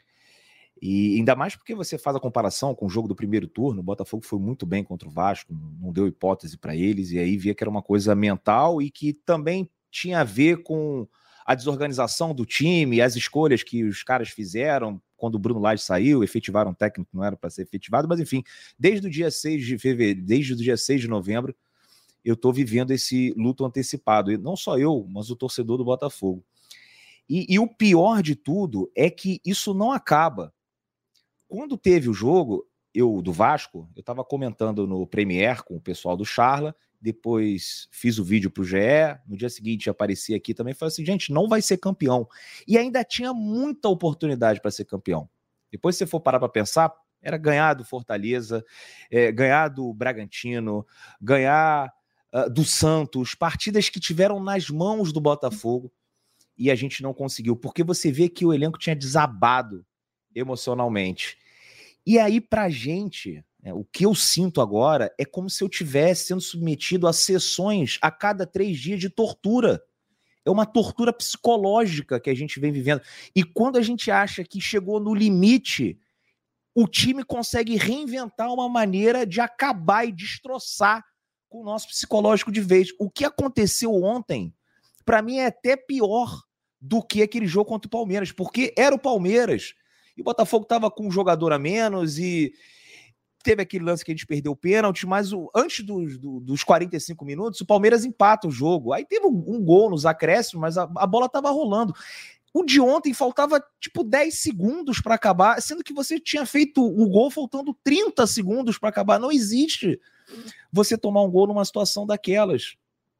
E ainda mais porque você faz a comparação com o jogo do primeiro turno, o Botafogo foi muito bem contra o Vasco, não deu hipótese para eles, e aí via que era uma coisa mental e que também tinha a ver com a desorganização do time, as escolhas que os caras fizeram quando o Bruno Lage saiu, efetivaram um técnico que não era para ser efetivado, mas enfim, desde o dia seis de fevereiro, desde o dia seis de novembro, eu estou vivendo esse luto antecipado, e não só eu, mas o torcedor do Botafogo. E, e o pior de tudo é que isso não acaba. Quando teve o jogo, eu do Vasco, eu estava comentando no Premier com o pessoal do Charla, depois fiz o vídeo para o G E, no dia seguinte apareci aqui também e falei assim, gente, não vai ser campeão. E ainda tinha muita oportunidade para ser campeão. Depois, se você for parar para pensar, era ganhar do Fortaleza, é, ganhar do Bragantino, ganhar uh, do Santos, partidas que tiveram nas mãos do Botafogo e a gente não conseguiu, porque você vê que o elenco tinha desabado emocionalmente. E aí, pra gente, né, o que eu sinto agora é como se eu estivesse sendo submetido a sessões a cada três dias de tortura. É uma tortura psicológica que a gente vem vivendo. E quando a gente acha que chegou no limite, o time consegue reinventar uma maneira de acabar e destroçar com o nosso psicológico de vez. O que aconteceu ontem, pra mim, é até pior do que aquele jogo contra o Palmeiras, porque era o Palmeiras. E o Botafogo estava com um jogador a menos e teve aquele lance que a gente perdeu o pênalti, mas o, antes dos, do, dos quarenta e cinco minutos, o Palmeiras empata o jogo. Aí teve um, um gol nos acréscimos, mas a, a bola estava rolando. O de ontem faltava tipo dez segundos para acabar, sendo que você tinha feito o gol faltando trinta segundos para acabar. Não existe você tomar um gol numa situação daquelas.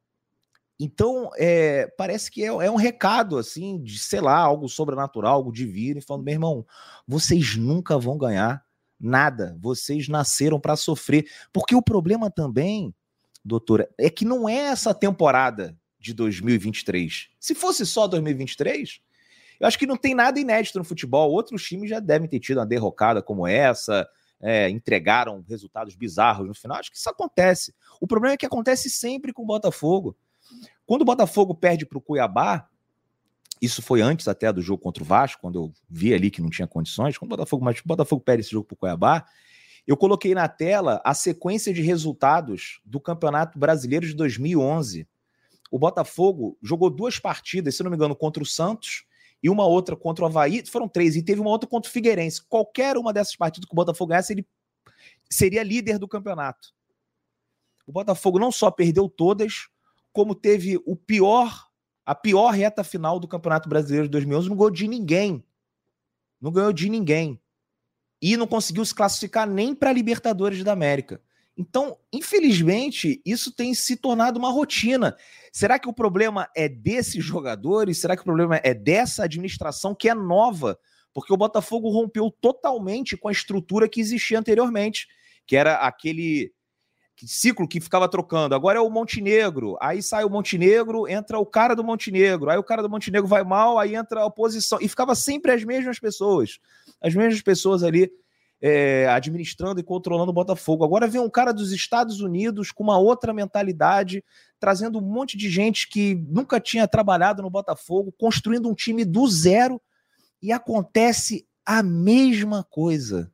Então, é, parece que é, é um recado, assim, de, sei lá, algo sobrenatural, algo divino, e falando, meu irmão, vocês nunca vão ganhar nada, vocês nasceram para sofrer. Porque o problema também, doutora, é que não é essa temporada de dois mil e vinte e três. Se fosse só dois mil e vinte e três, eu acho que não tem nada inédito no futebol. Outros times já devem ter tido uma derrocada como essa, é, entregaram resultados bizarros no final. Acho que isso acontece. O problema é que acontece sempre com o Botafogo. Quando o Botafogo perde para o Cuiabá, isso foi antes até do jogo contra o Vasco, quando eu vi ali que não tinha condições, quando o Botafogo, mas o Botafogo perde esse jogo para o Cuiabá, eu coloquei na tela a sequência de resultados do Campeonato Brasileiro de dois mil e onze. O Botafogo jogou duas partidas, se não me engano, contra o Santos e uma outra contra o Avaí, foram três, e teve uma outra contra o Figueirense. Qualquer uma dessas partidas que o Botafogo ganhasse, ele seria líder do campeonato. O Botafogo não só perdeu todas, como teve o pior, a pior reta final do Campeonato Brasileiro de dois mil e onze, não ganhou de ninguém. Não ganhou de ninguém. E não conseguiu se classificar nem para a Libertadores da América. Então, infelizmente, isso tem se tornado uma rotina. Será que o problema é desses jogadores? Será que o problema é dessa administração que é nova? Porque o Botafogo rompeu totalmente com a estrutura que existia anteriormente, que era aquele ciclo que ficava trocando. Agora é o Montenegro, aí sai o Montenegro, entra o cara do Montenegro, aí o cara do Montenegro vai mal, aí entra a oposição, e ficava sempre as mesmas pessoas, as mesmas pessoas ali é, administrando e controlando o Botafogo. Agora vem um cara dos Estados Unidos com uma outra mentalidade, trazendo um monte de gente que nunca tinha trabalhado no Botafogo, construindo um time do zero, e acontece a mesma coisa.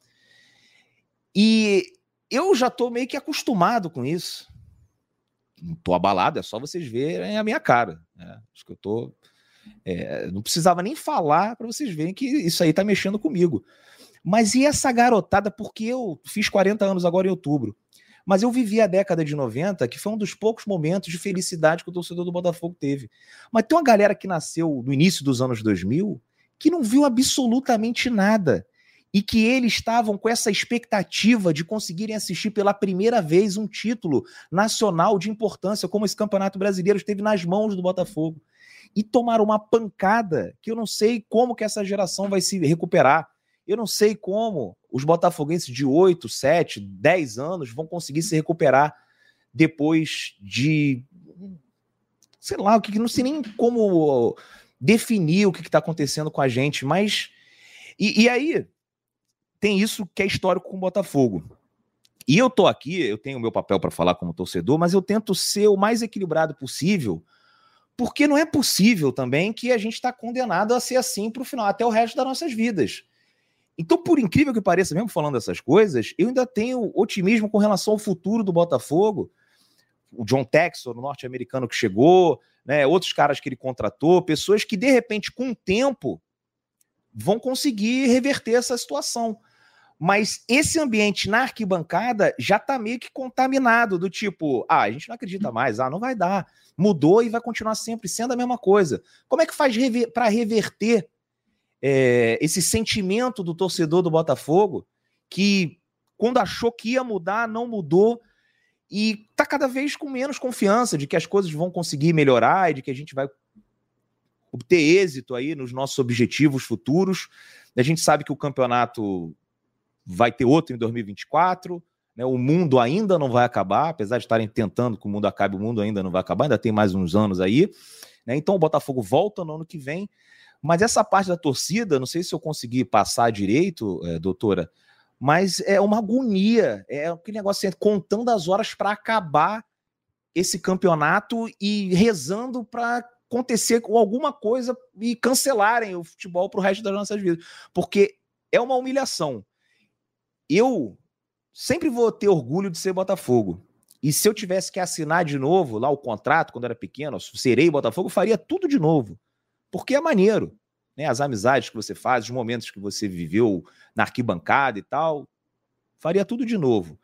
E eu já tô meio que acostumado com isso. Não tô abalado, é só vocês verem a minha cara, né? Acho que eu tô... É, não precisava nem falar para vocês verem que isso aí tá mexendo comigo. Mas e essa garotada, porque eu fiz quarenta anos agora em outubro, Mas eu vivi a década de noventa, que foi um dos poucos momentos de felicidade que o torcedor do Botafogo teve. Mas tem uma galera que nasceu no início dos anos dois mil que não viu absolutamente nada. E que eles estavam com essa expectativa de conseguirem assistir pela primeira vez um título nacional de importância, como esse Campeonato Brasileiro esteve nas mãos do Botafogo. E tomaram uma pancada que eu não sei como que essa geração vai se recuperar. Eu não sei como os botafoguenses de oito, sete, dez anos vão conseguir se recuperar depois de... sei lá, o que não sei nem como definir o que está acontecendo com a gente, mas... E, e aí, tem isso que é histórico com o Botafogo. E eu tô aqui, eu tenho o meu papel para falar como torcedor, mas eu tento ser o mais equilibrado possível, porque não é possível também que a gente está condenado a ser assim para o final, até o resto das nossas vidas. Então, por incrível que pareça, mesmo falando essas coisas, eu ainda tenho otimismo com relação ao futuro do Botafogo. O John Textor, o norte-americano que chegou, né, outros caras que ele contratou, pessoas que, de repente, com o tempo, vão conseguir reverter essa situação. Mas esse ambiente na arquibancada já está meio que contaminado, do tipo, ah, a gente não acredita mais, ah, não vai dar, mudou e vai continuar sempre sendo a mesma coisa. Como é que faz rever- para reverter é, esse sentimento do torcedor do Botafogo, que quando achou que ia mudar, não mudou, e está cada vez com menos confiança de que as coisas vão conseguir melhorar e de que a gente vai obter êxito aí nos nossos objetivos futuros. A gente sabe que o campeonato vai ter outro em dois mil e vinte e quatro, né? O mundo ainda não vai acabar, apesar de estarem tentando que o mundo acabe, o mundo ainda não vai acabar, ainda tem mais uns anos aí, né? Então o Botafogo volta no ano que vem, mas essa parte da torcida, não sei se eu consegui passar direito, é, doutora, mas é uma agonia, é aquele negócio assim, contando as horas para acabar esse campeonato e rezando para acontecer com alguma coisa e cancelarem o futebol para o resto das nossas vidas, porque é uma humilhação. Eu sempre vou ter orgulho de ser Botafogo, e se eu tivesse que assinar de novo lá o contrato quando era pequeno, serei Botafogo, eu faria tudo de novo, porque é maneiro, né? As amizades que você faz, os momentos que você viveu na arquibancada e tal, faria tudo de novo.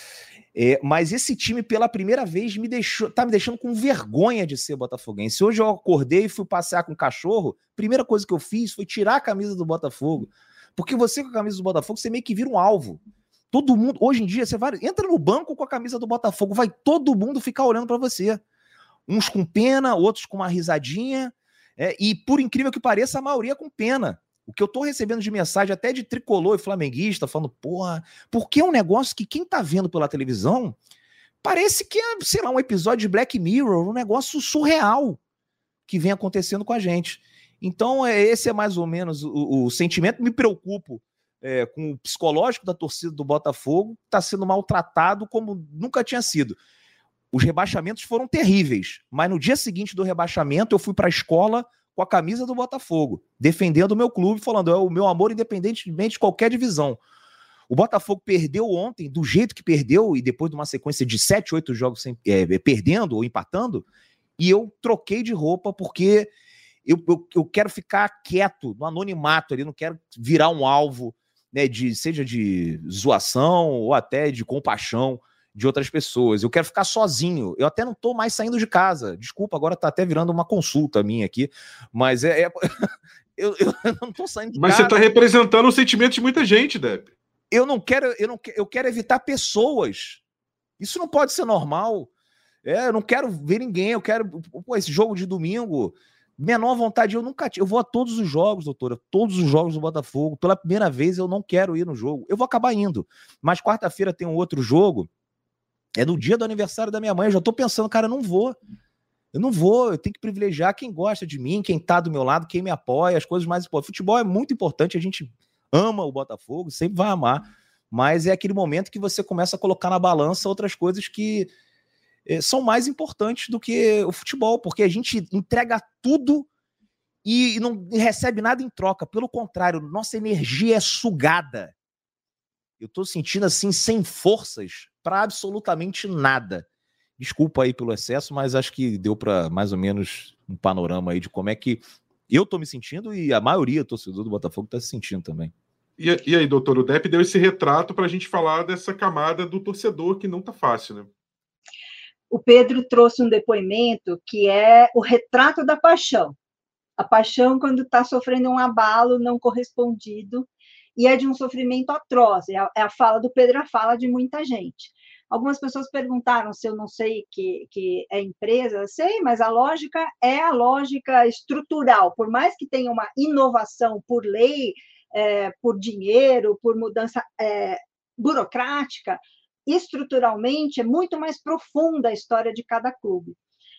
É, mas esse time, pela primeira vez, me deixou, tá me deixando com vergonha de ser botafoguense. Hoje eu acordei e fui passear com o cachorro, primeira coisa que eu fiz foi tirar a camisa do Botafogo, porque você com a camisa do Botafogo, você meio que vira um alvo. Todo mundo, hoje em dia, você vai, entra no banco com a camisa do Botafogo, vai todo mundo ficar olhando para você. Uns com pena, outros com uma risadinha, é, e por incrível que pareça, a maioria com pena. O que eu tô recebendo de mensagem até de tricolor e flamenguista, falando, porra, porque é um negócio que quem tá vendo pela televisão parece que é, sei lá, um episódio de Black Mirror, um negócio surreal que vem acontecendo com a gente. Então, é, esse é mais ou menos o, o sentimento. Me preocupo é, com o psicológico da torcida do Botafogo, que está sendo maltratado como nunca tinha sido. Os rebaixamentos foram terríveis, mas no dia seguinte do rebaixamento eu fui para a escola com a camisa do Botafogo, defendendo o meu clube, falando, é o meu amor independentemente de qualquer divisão. O Botafogo perdeu ontem, do jeito que perdeu, e depois de uma sequência de sete, oito jogos sem, é, perdendo ou empatando, e eu troquei de roupa porque eu, eu, eu quero ficar quieto, no anonimato ali, não quero virar um alvo, né, de, seja de zoação ou até de compaixão de outras pessoas. Eu quero ficar sozinho. Eu até não tô mais saindo de casa. Desculpa, agora tá até virando uma consulta minha aqui, mas é... é... eu, eu não tô saindo de mas casa. Mas você tá representando o sentimento de muita gente, Depp. Eu não quero, eu não eu quero evitar pessoas. Isso não pode ser normal. É, eu não quero ver ninguém. Eu quero... Pô, esse jogo de domingo, menor vontade, eu nunca... Eu vou a todos os jogos, doutora. Todos os jogos do Botafogo. Pela primeira vez, eu não quero ir no jogo. Eu vou acabar indo. Mas quarta-feira tem um outro jogo. É no dia do aniversário da minha mãe, eu já tô pensando, cara, eu não vou, eu não vou, eu tenho que privilegiar quem gosta de mim, quem tá do meu lado, quem me apoia, as coisas mais importantes. Futebol é muito importante, a gente ama o Botafogo, sempre vai amar, mas é aquele momento que você começa a colocar na balança outras coisas que é, são mais importantes do que o futebol, porque a gente entrega tudo e não recebe nada em troca, pelo contrário, nossa energia é sugada. Eu tô sentindo assim, sem forças para absolutamente nada. Desculpa aí pelo excesso, mas acho que deu para mais ou menos um panorama aí de como é que eu tô me sentindo e a maioria do torcedor do Botafogo tá se sentindo também. E, e aí, doutor, o D E P deu esse retrato para a gente falar dessa camada do torcedor que não está fácil, né? O Pedro trouxe um depoimento que é o retrato da paixão. A paixão quando está sofrendo um abalo não correspondido, e é de um sofrimento atroz. É a, é a fala do Pedro, a fala de muita gente. Algumas pessoas perguntaram se eu não sei que, que é empresa. Eu sei, mas a lógica é a lógica estrutural. Por mais que tenha uma inovação por lei, é, por dinheiro, por mudança é, burocrática, estruturalmente é muito mais profunda a história de cada clube.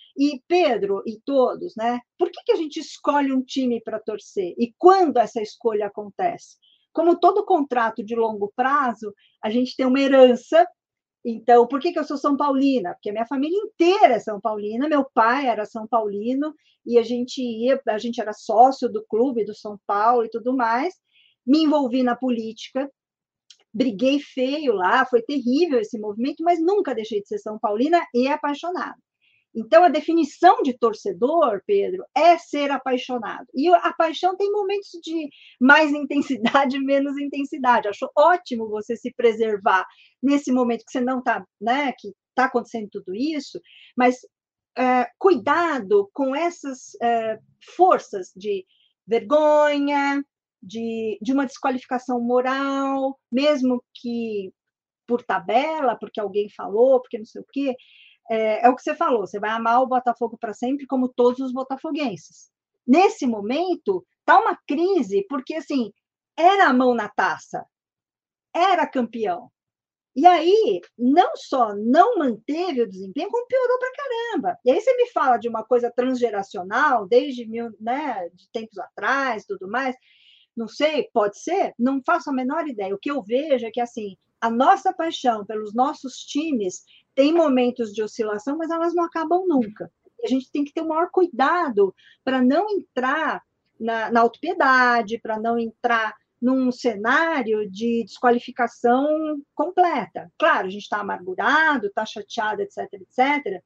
E Pedro e todos, né? Por que, que a gente escolhe um time para torcer? E quando essa escolha acontece? Como todo contrato de longo prazo, a gente tem uma herança. Então, por que, que eu sou São Paulina? Porque a minha família inteira é São Paulina, meu pai era São Paulino, e a gente ia, a gente era sócio do clube do São Paulo e tudo mais. Me envolvi na política, briguei feio lá, foi terrível esse movimento, mas nunca deixei de ser São Paulina e apaixonada. Então, a definição de torcedor, Pedro, é ser apaixonado. E a paixão tem momentos de mais intensidade e menos intensidade. Acho ótimo você se preservar nesse momento que você não está, né, que está acontecendo tudo isso, mas é, cuidado com essas é, forças de vergonha, de, de uma desqualificação moral, mesmo que por tabela, porque alguém falou, porque não sei o quê. É, é o que você falou, você vai amar o Botafogo para sempre, como todos os botafoguenses. Nesse momento, está uma crise, porque, assim, era a mão na taça, era campeão. E aí, não só não manteve o desempenho, como piorou para caramba. E aí você me fala de uma coisa transgeracional, desde mil, né, de tempos atrás, tudo mais, não sei, pode ser, não faço a menor ideia. O que eu vejo é que, assim, a nossa paixão pelos nossos times tem momentos de oscilação, mas elas não acabam nunca. E a gente tem que ter o maior cuidado para não entrar na, na autopiedade, para não entrar num cenário de desqualificação completa. Claro, a gente está amargurado, está chateado, etc, etcétera.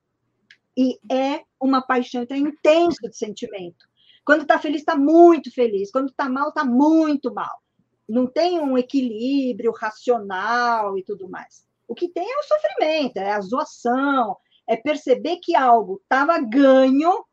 E é uma paixão, então é intenso de sentimento. Quando está feliz, está muito feliz. Quando está mal, está muito mal. Não tem um equilíbrio racional e tudo mais. O que tem é o sofrimento, é a zoação, é perceber que algo estava ganho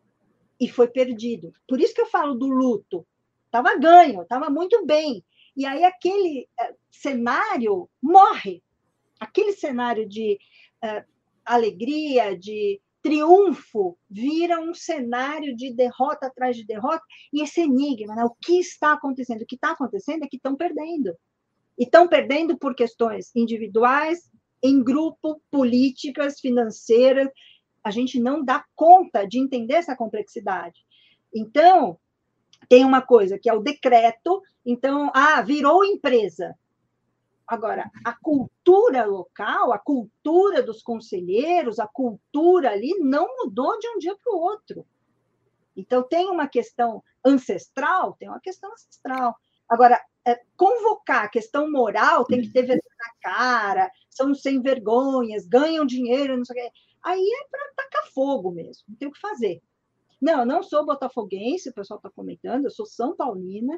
e foi perdido. Por isso que eu falo do luto. Estava ganho, estava muito bem. E aí aquele uh, cenário morre. Aquele cenário de uh, alegria, de triunfo, vira um cenário de derrota atrás de derrota, e esse enigma, né? O que está acontecendo? O que está acontecendo é que estão perdendo. E estão perdendo por questões individuais, em grupo, políticas, financeiras. A gente não dá conta de entender essa complexidade. Então, tem uma coisa que é o decreto, então, ah, virou empresa. Agora, a cultura local, a cultura dos conselheiros, a cultura ali não mudou de um dia para o outro. Então, tem uma questão ancestral, tem uma questão ancestral. Agora, é, convocar a questão moral, tem que ter vergonha na cara, são sem vergonhas, ganham dinheiro, não sei o quê. Aí é para tacar fogo mesmo, não tem o que fazer. Não, eu não sou botafoguense, o pessoal está comentando, eu sou São Paulina,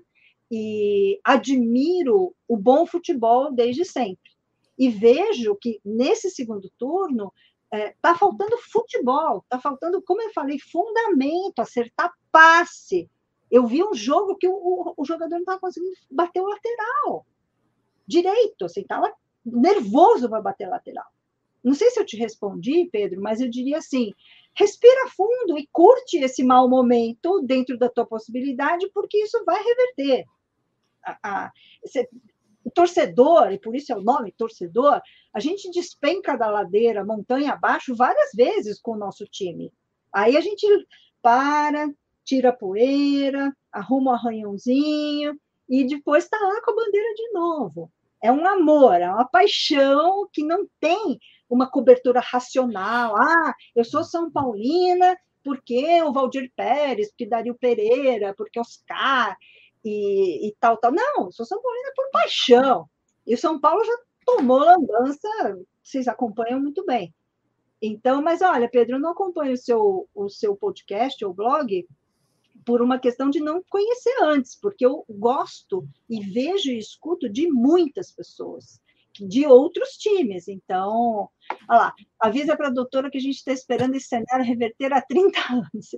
e admiro o bom futebol desde sempre. E vejo que, nesse segundo turno, está é, faltando futebol, está faltando, como eu falei, fundamento, acertar passe. Eu vi um jogo que o, o, o jogador não estava conseguindo bater o lateral direito, assim, estava nervoso para bater lateral. Não sei se eu te respondi, Pedro, mas eu diria assim, respira fundo e curte esse mau momento dentro da tua possibilidade, porque isso vai reverter. A, a, esse, o torcedor, e por isso é o nome torcedor, a gente despenca da ladeira, montanha abaixo, várias vezes com o nosso time. Aí a gente para, tira a poeira, arruma o arranhãozinho, e depois está lá com a bandeira de novo. É um amor, é uma paixão que não tem uma cobertura racional. Ah, eu sou São Paulina porque o Valdir Pérez, porque Dario Pereira, porque Oscar e, e tal, tal. Não, eu sou São Paulina por paixão. E o São Paulo já tomou lambança, vocês acompanham muito bem. Então, mas olha, Pedro, eu não acompanho o seu, o seu podcast ou blog, por uma questão de não conhecer antes, porque eu gosto e vejo e escuto de muitas pessoas, de outros times. Então, olha lá, avisa para a doutora que a gente está esperando esse cenário reverter há trinta anos.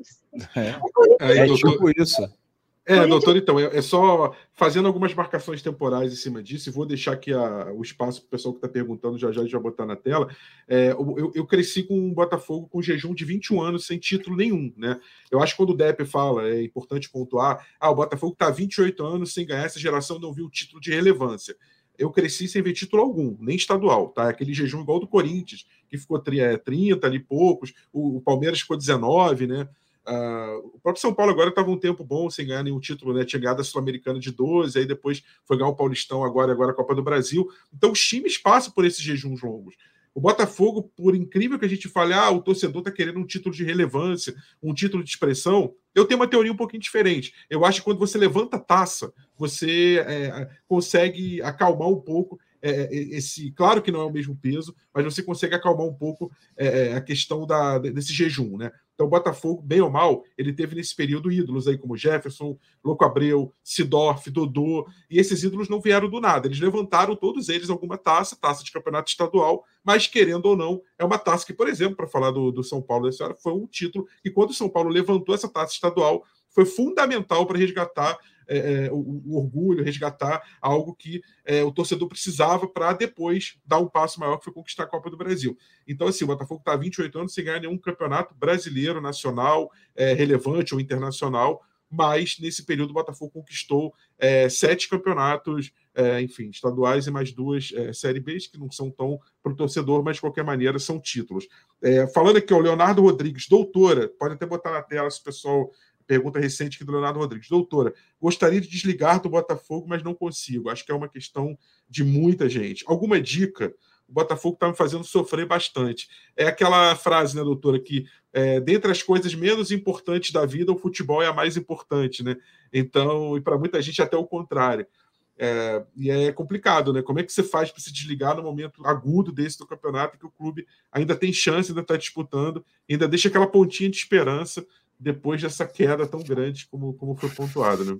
É, é, é tipo isso. É, doutor, então, é, é só fazendo algumas marcações temporais em cima disso, e vou deixar aqui a, o espaço para o pessoal que está perguntando, já já a gente vai botar na tela. É, eu, eu cresci com o Botafogo com jejum de vinte e um anos sem título nenhum, né? Eu acho que quando o Depp fala, é importante pontuar, ah, o Botafogo está há vinte e oito anos sem ganhar, essa geração não viu título de relevância. Eu cresci sem ver título algum, nem estadual, tá? Aquele jejum igual do Corinthians, que ficou trinta ali poucos, o, o Palmeiras ficou dezenove, né? Uh, o próprio São Paulo agora estava um tempo bom sem ganhar nenhum título, né? Tinha ganhado a Sul-Americana de doze, aí depois foi ganhar o Paulistão agora, agora a Copa do Brasil. Então os times passam por esses jejuns longos. O Botafogo, por incrível que a gente fale, ah, o torcedor está querendo um título de relevância, um título de expressão, eu tenho uma teoria um pouquinho diferente. Eu acho que quando você levanta a taça, você é, consegue acalmar um pouco é, esse... Claro que não é o mesmo peso, mas você consegue acalmar um pouco é, a questão da, desse jejum, né? Então, o Botafogo, bem ou mal, ele teve nesse período ídolos aí como Jefferson, Louco Abreu, Sidorf, Dodô, e esses ídolos não vieram do nada. Eles levantaram, todos eles, alguma taça, taça de campeonato estadual, mas, querendo ou não, é uma taça que, por exemplo, para falar do, do São Paulo dessa hora, foi um título, e quando o São Paulo levantou essa taça estadual, foi fundamental para resgatar É, é, o, o orgulho, resgatar algo que é, o torcedor precisava para depois dar um passo maior, que foi conquistar a Copa do Brasil. Então, assim, o Botafogo está há vinte e oito anos sem ganhar nenhum campeonato brasileiro, nacional, é, relevante ou internacional, mas nesse período o Botafogo conquistou é, sete campeonatos, é, enfim, estaduais e mais duas é, Série B, que não são tão para o torcedor, mas de qualquer maneira são títulos. É, falando aqui, o Leonardo Rodrigues, doutora, pode até botar na tela se o pessoal... Pergunta recente aqui do Leonardo Rodrigues. Doutora, gostaria de desligar do Botafogo, mas não consigo. Acho que é uma questão de muita gente. Alguma dica? O Botafogo está me fazendo sofrer bastante. É aquela frase, né, doutora, que é, dentre as coisas menos importantes da vida, o futebol é a mais importante, né? Então, e para muita gente até o contrário. É, e é complicado, né? Como é que você faz para se desligar no momento agudo desse do campeonato, que o clube ainda tem chance, ainda está disputando, ainda deixa aquela pontinha de esperança depois dessa queda tão grande como, como foi pontuado, né?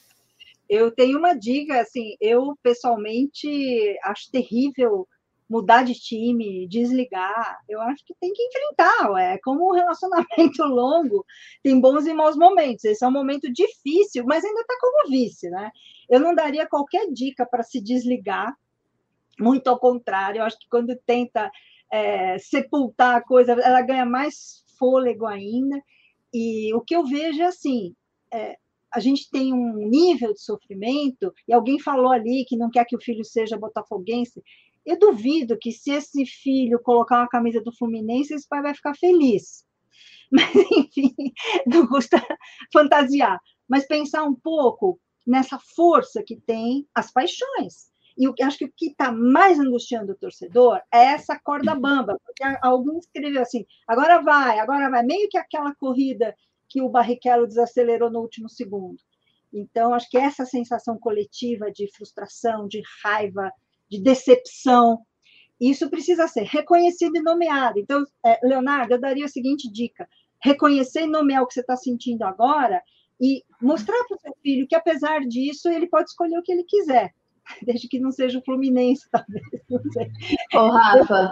Eu tenho uma dica, assim, eu pessoalmente acho terrível mudar de time, desligar. Eu acho que tem que enfrentar, é como um relacionamento longo, tem bons e maus momentos. Esse é um momento difícil, mas ainda está como vice, né? Eu não daria qualquer dica para se desligar, muito ao contrário, eu acho que quando tenta é, sepultar a coisa, ela ganha mais fôlego ainda. E o que eu vejo é assim, é, a gente tem um nível de sofrimento, e alguém falou ali que não quer que o filho seja botafoguense. Eu duvido que se esse filho colocar uma camisa do Fluminense, esse pai vai ficar feliz. Mas, enfim, não custa fantasiar. Mas pensar um pouco nessa força que tem as paixões. E eu acho que o que está mais angustiando o torcedor é essa corda bamba, porque alguém escreveu assim, agora vai, agora vai, meio que aquela corrida que o Barrichello desacelerou no último segundo. Então, acho que essa sensação coletiva de frustração, de raiva, de decepção, isso precisa ser reconhecido e nomeado. Então, Leonardo, eu daria a seguinte dica, reconhecer e nomear o que você está sentindo agora e mostrar para o seu filho que, apesar disso, ele pode escolher o que ele quiser, desde que não seja o Fluminense, talvez, não sei. Ô, Rafa,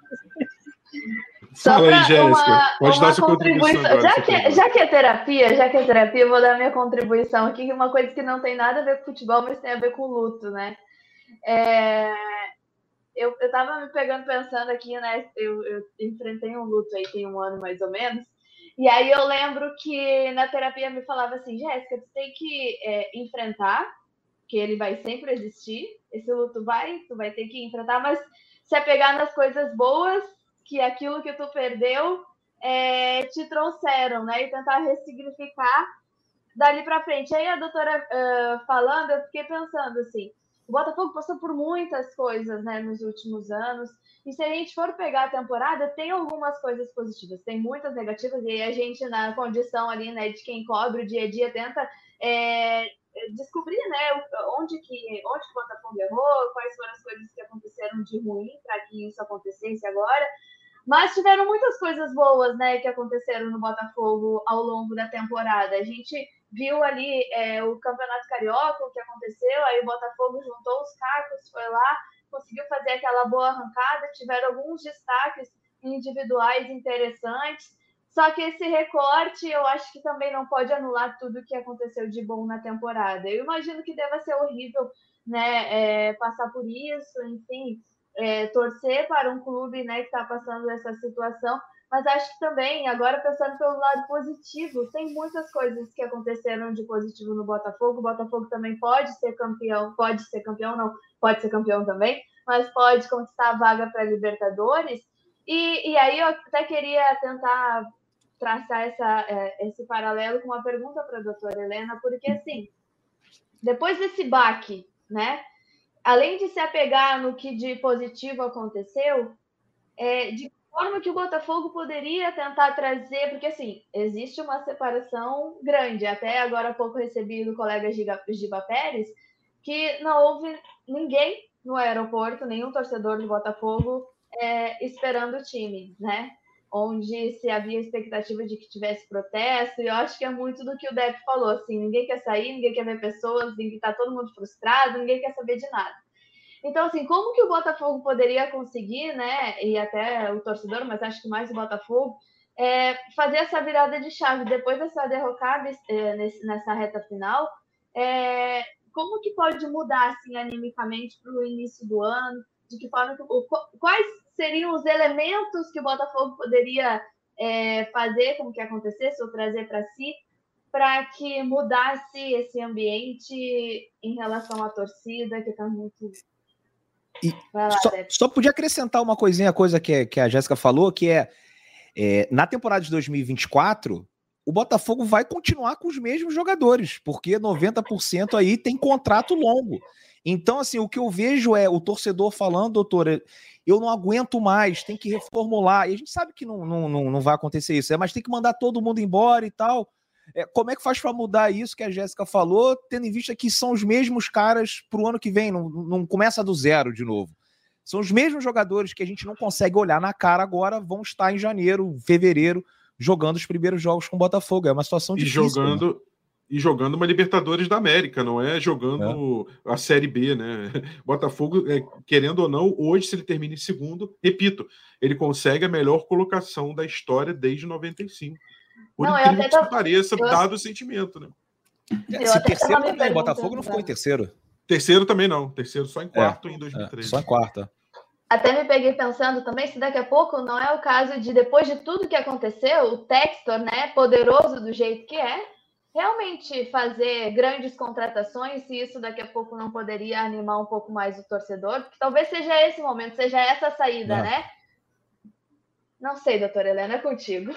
só Fala aí, Jéssica. uma, Pode uma dar sua contribuição agora, já, que, já que é terapia, já que é terapia, eu vou dar minha contribuição aqui, que é uma coisa que não tem nada a ver com futebol, mas tem a ver com luto, né? É, eu, eu tava me pegando pensando aqui, né? Eu, eu enfrentei um luto aí tem um ano mais ou menos, e aí eu lembro que na terapia me falava assim, Jéssica, tu tem que é, enfrentar, que ele vai sempre existir, esse luto vai, tu vai ter que enfrentar, mas se apegar nas coisas boas, que aquilo que tu perdeu é, te trouxeram, né? E tentar ressignificar dali para frente. Aí a doutora uh, falando, eu fiquei pensando assim, o Botafogo passou por muitas coisas, né, nos últimos anos, e se a gente for pegar a temporada, tem algumas coisas positivas, tem muitas negativas, e a gente, na condição ali, né, de quem cobre o dia a dia, tenta é, descobrir, né, onde que, onde que o Botafogo errou, quais foram as coisas que aconteceram de ruim para que isso acontecesse agora. Mas tiveram muitas coisas boas, né, que aconteceram no Botafogo ao longo da temporada. A gente viu ali é, o Campeonato Carioca, o que aconteceu, aí o Botafogo juntou os cacos, foi lá, conseguiu fazer aquela boa arrancada, tiveram alguns destaques individuais interessantes, só que esse recorte eu acho que também não pode anular tudo o que aconteceu de bom na temporada. Eu imagino que deva ser horrível, né, é, passar por isso, enfim, é, torcer para um clube, né, que está passando essa situação, mas acho que também, agora pensando pelo lado positivo, tem muitas coisas que aconteceram de positivo no Botafogo. O Botafogo também pode ser campeão, pode ser campeão, não, pode ser campeão também, mas pode conquistar a vaga para a Libertadores. E, e aí eu até queria tentar traçar essa, esse paralelo com uma pergunta para a doutora Helena, porque, assim, depois desse baque, né, além de se apegar no que de positivo aconteceu, é, de forma que o Botafogo poderia tentar trazer, porque, assim, existe uma separação grande. Até agora há pouco recebi do colega Giba, Giba Pérez que não houve ninguém no aeroporto, nenhum torcedor do Botafogo é, esperando o time, né? Onde se havia expectativa de que tivesse protesto, e eu acho que é muito do que o Depp falou, assim, ninguém quer sair, ninguém quer ver pessoas, ninguém está todo mundo frustrado, ninguém quer saber de nada. Então, assim, como que o Botafogo poderia conseguir, né, e até o torcedor, mas acho que mais o Botafogo, é, fazer essa virada de chave depois dessa derrocada é, nesse, nessa reta final, é, como que pode mudar, assim, animicamente para o início do ano, de que forma, que, quais seriam os elementos que o Botafogo poderia é, fazer com que acontecesse ou trazer para si, para que mudasse esse ambiente em relação à torcida, que está muito... E lá, só, só podia acrescentar uma coisinha, a coisa que, que a Jéssica falou, que é, é, na temporada de dois mil e vinte e quatro, o Botafogo vai continuar com os mesmos jogadores, porque noventa por cento aí tem contrato longo. Então, assim, o que eu vejo é o torcedor falando, doutora, eu não aguento mais, tem que reformular. E a gente sabe que não, não, não, não vai acontecer isso, é, mas tem que mandar todo mundo embora e tal. É, como é que faz para mudar isso que a Jéssica falou, tendo em vista que são os mesmos caras para o ano que vem, não, não começa do zero de novo. São os mesmos jogadores que a gente não consegue olhar na cara agora, vão estar em janeiro, fevereiro, jogando os primeiros jogos com o Botafogo. É uma situação e difícil. Jogando, né? E jogando uma Libertadores da América, não é jogando é. a Série B, né? Botafogo, é, querendo ou não, hoje, se ele termina em segundo, repito, ele consegue a melhor colocação da história desde noventa e cinco. Por não, incrível que tava... pareça, eu... dado o sentimento, né? É, se terceiro também, o Botafogo não ficou em terceiro. Terceiro também não, terceiro só em quarto é, em dois mil e treze. É, só em quarto. Até me peguei pensando também se daqui a pouco não é o caso de, depois de tudo que aconteceu, o Textor, né, poderoso do jeito que é, realmente fazer grandes contratações, se isso daqui a pouco não poderia animar um pouco mais o torcedor, porque talvez seja esse momento, seja essa saída, é. né? Não sei, doutora Helena, é contigo.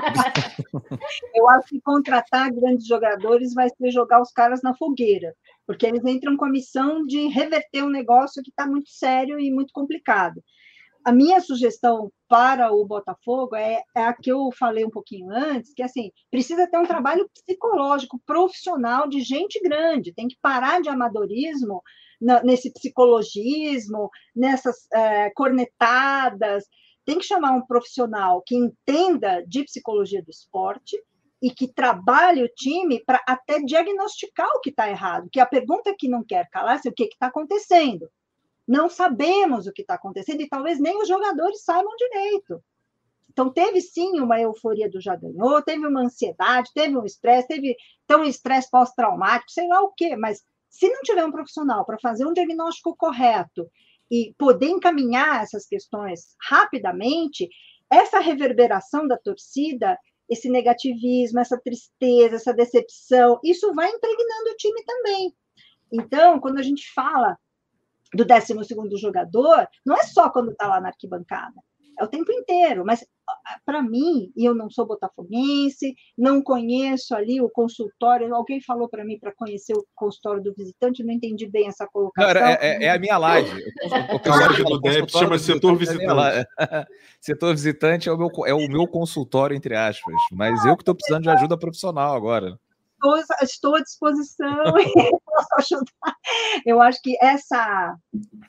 Eu acho que contratar grandes jogadores vai ser jogar os caras na fogueira, porque eles entram com a missão de reverter um negócio que está muito sério e muito complicado. A minha sugestão para o Botafogo é, é a que eu falei um pouquinho antes, que assim, precisa ter um trabalho psicológico, profissional, de gente grande, tem que parar de amadorismo nesse psicologismo, nessas é, cornetadas. Tem que chamar um profissional que entenda de psicologia do esporte e que trabalhe o time para até diagnosticar o que está errado, que a pergunta que não quer calar é o que está acontecendo. Não sabemos o que está acontecendo e talvez nem os jogadores saibam direito. Então, teve sim uma euforia do já ganhou, teve uma ansiedade, teve um estresse, teve então, um estresse pós-traumático, sei lá o quê, mas se não tiver um profissional para fazer um diagnóstico correto e poder encaminhar essas questões rapidamente, essa reverberação da torcida, esse negativismo, essa tristeza, essa decepção, isso vai impregnando o time também. Então, quando a gente fala do décimo segundo jogador, não é só quando está lá na arquibancada, é o tempo inteiro, mas para mim, e eu não sou botafoguense, não conheço ali o consultório, alguém falou para mim para conhecer o consultório do visitante, eu não entendi bem essa colocação. Não, é, é, é a minha live. O live do D E P chama setor visitante. Setor visitante é o, meu, é o meu consultório, entre aspas, mas eu que estou precisando de ajuda profissional agora. Estou, estou à disposição e posso ajudar. Eu acho que essa...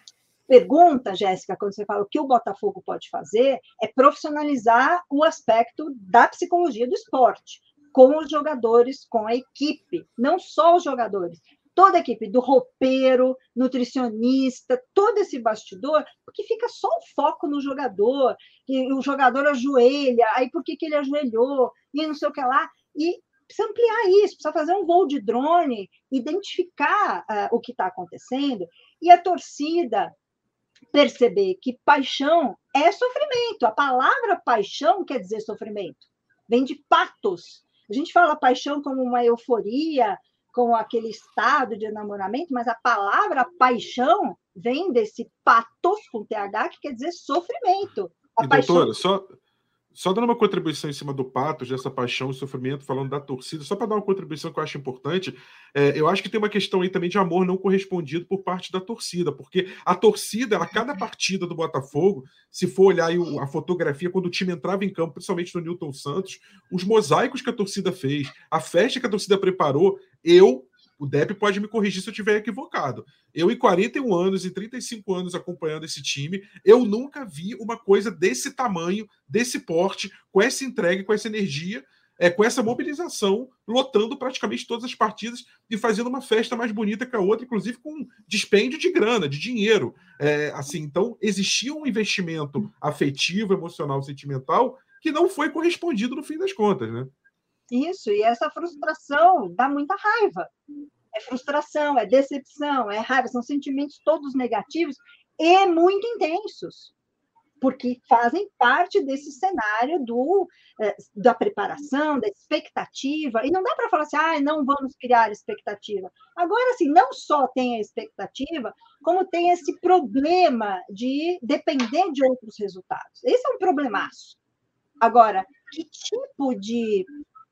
pergunta, Jéssica, quando você fala o que o Botafogo pode fazer, é profissionalizar o aspecto da psicologia do esporte, com os jogadores, com a equipe, não só os jogadores, toda a equipe, do roupeiro, nutricionista, todo esse bastidor, porque fica só o foco no jogador, e o jogador ajoelha, aí por que, que ele ajoelhou, e não sei o que lá, e precisa ampliar isso, precisa fazer um voo de drone, identificar uh, o que está acontecendo, e a torcida perceber que paixão é sofrimento, a palavra paixão quer dizer sofrimento, vem de patos. A gente fala paixão como uma euforia, com aquele estado de enamoramento, mas a palavra paixão vem desse patos, com T H, que quer dizer sofrimento. A e, paixão... doutora, só, só dando uma contribuição em cima do patos, dessa paixão e sofrimento, falando da torcida, só para dar uma contribuição que eu acho importante, é, eu acho que tem uma questão aí também de amor não correspondido por parte da torcida, porque a torcida, a cada partida do Botafogo, se for olhar aí a fotografia, quando o time entrava em campo, principalmente no Newton Santos, os mosaicos que a torcida fez, a festa que a torcida preparou, eu, o Depp pode me corrigir se eu estiver equivocado. Eu, em quarenta e um anos e trinta e cinco anos acompanhando esse time, eu nunca vi uma coisa desse tamanho, desse porte, com essa entrega, com essa energia, é, com essa mobilização, lotando praticamente todas as partidas e fazendo uma festa mais bonita que a outra, inclusive com dispêndio de grana, de dinheiro. É, assim, então, existia um investimento afetivo, emocional, sentimental, que não foi correspondido no fim das contas, né? Isso, e essa frustração dá muita raiva. É frustração, é decepção, é raiva, são sentimentos todos negativos e muito intensos, porque fazem parte desse cenário do, da preparação, da expectativa, e não dá para falar assim, ah, não vamos criar expectativa. Agora, assim, não só tem a expectativa, como tem esse problema de depender de outros resultados. Esse é um problemaço. Agora, que tipo de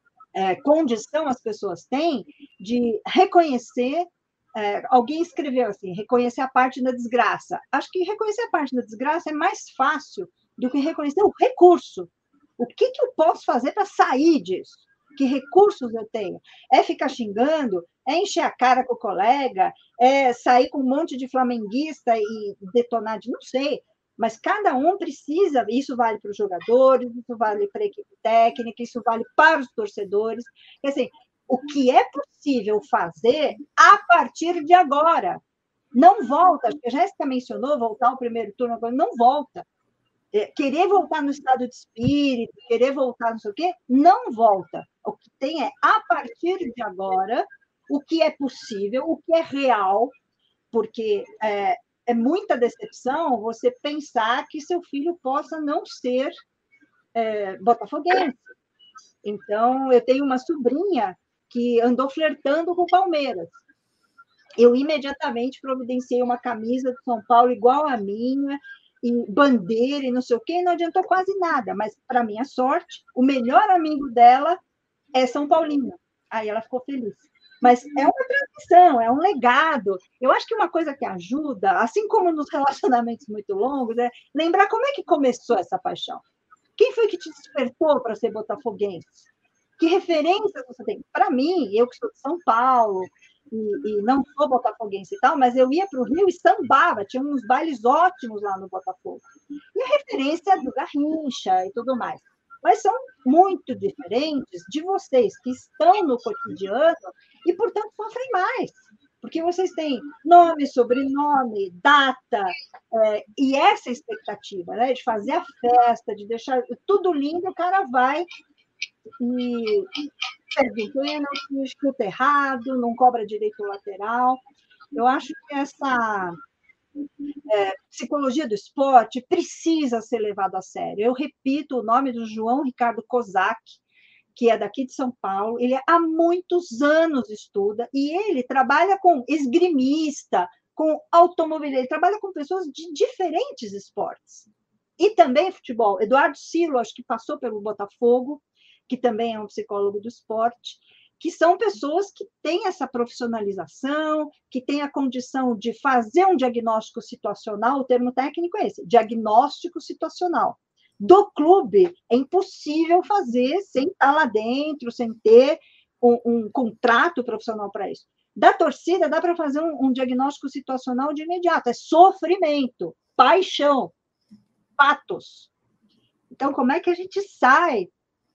É, condição as pessoas têm de reconhecer, é, alguém escreveu assim, reconhecer a parte da desgraça. Acho que reconhecer a parte da desgraça é mais fácil do que reconhecer o recurso. O que, que eu posso fazer para sair disso? Que recursos eu tenho? É ficar xingando? É encher a cara com o colega? É sair com um monte de flamenguista e detonar de... Não sei. Mas cada um precisa, isso vale para os jogadores, isso vale para a equipe técnica, isso vale para os torcedores. Quer dizer, o que é possível fazer a partir de agora? Não volta, a Jéssica mencionou voltar ao primeiro turno, agora não volta. É, querer voltar no estado de espírito, querer voltar não sei o quê, não volta. O que tem é, a partir de agora, o que é possível, o que é real, porque... É, É muita decepção você pensar que seu filho possa não ser é, botafoguense. Então, eu tenho uma sobrinha que andou flertando com o Palmeiras. Eu imediatamente providenciei uma camisa do São Paulo igual a minha, e bandeira e não sei o quê, e não adiantou quase nada. Mas, para minha sorte, o melhor amigo dela é São Paulino. Aí ela ficou feliz. Mas é uma transmissão, é um legado. Eu acho que uma coisa que ajuda, assim como nos relacionamentos muito longos, é lembrar como é que começou essa paixão. Quem foi que te despertou para ser botafoguense? Que referências você tem? Para mim, eu que sou de São Paulo, e, e não sou botafoguense e tal, mas eu ia para o Rio e sambava, tinha uns bailes ótimos lá no Botafogo. E a referência do Garrincha e tudo mais. Mas são muito diferentes de vocês que estão no cotidiano e, portanto, sofrem mais, porque vocês têm nome, sobrenome, data, é, e essa expectativa, né, de fazer a festa, de deixar tudo lindo, o cara vai e pergunta, não escuta errado, não cobra direito lateral. Eu acho que essa... É, psicologia do esporte precisa ser levada a sério. Eu repito o nome do João Ricardo Kozak, que é daqui de São Paulo, ele há muitos anos estuda, e ele trabalha com esgrimista, com automobilismo, ele trabalha com pessoas de diferentes esportes. E também futebol. Eduardo Silo, acho que passou pelo Botafogo, que também é um psicólogo do esporte, que são pessoas que têm essa profissionalização, que têm a condição de fazer um diagnóstico situacional, o termo técnico é esse, diagnóstico situacional. Do clube, é impossível fazer sem estar lá dentro, sem ter um, um contrato profissional para isso. Da torcida, dá para fazer um, um diagnóstico situacional de imediato. É sofrimento, paixão, patos. Então, como é que a gente sai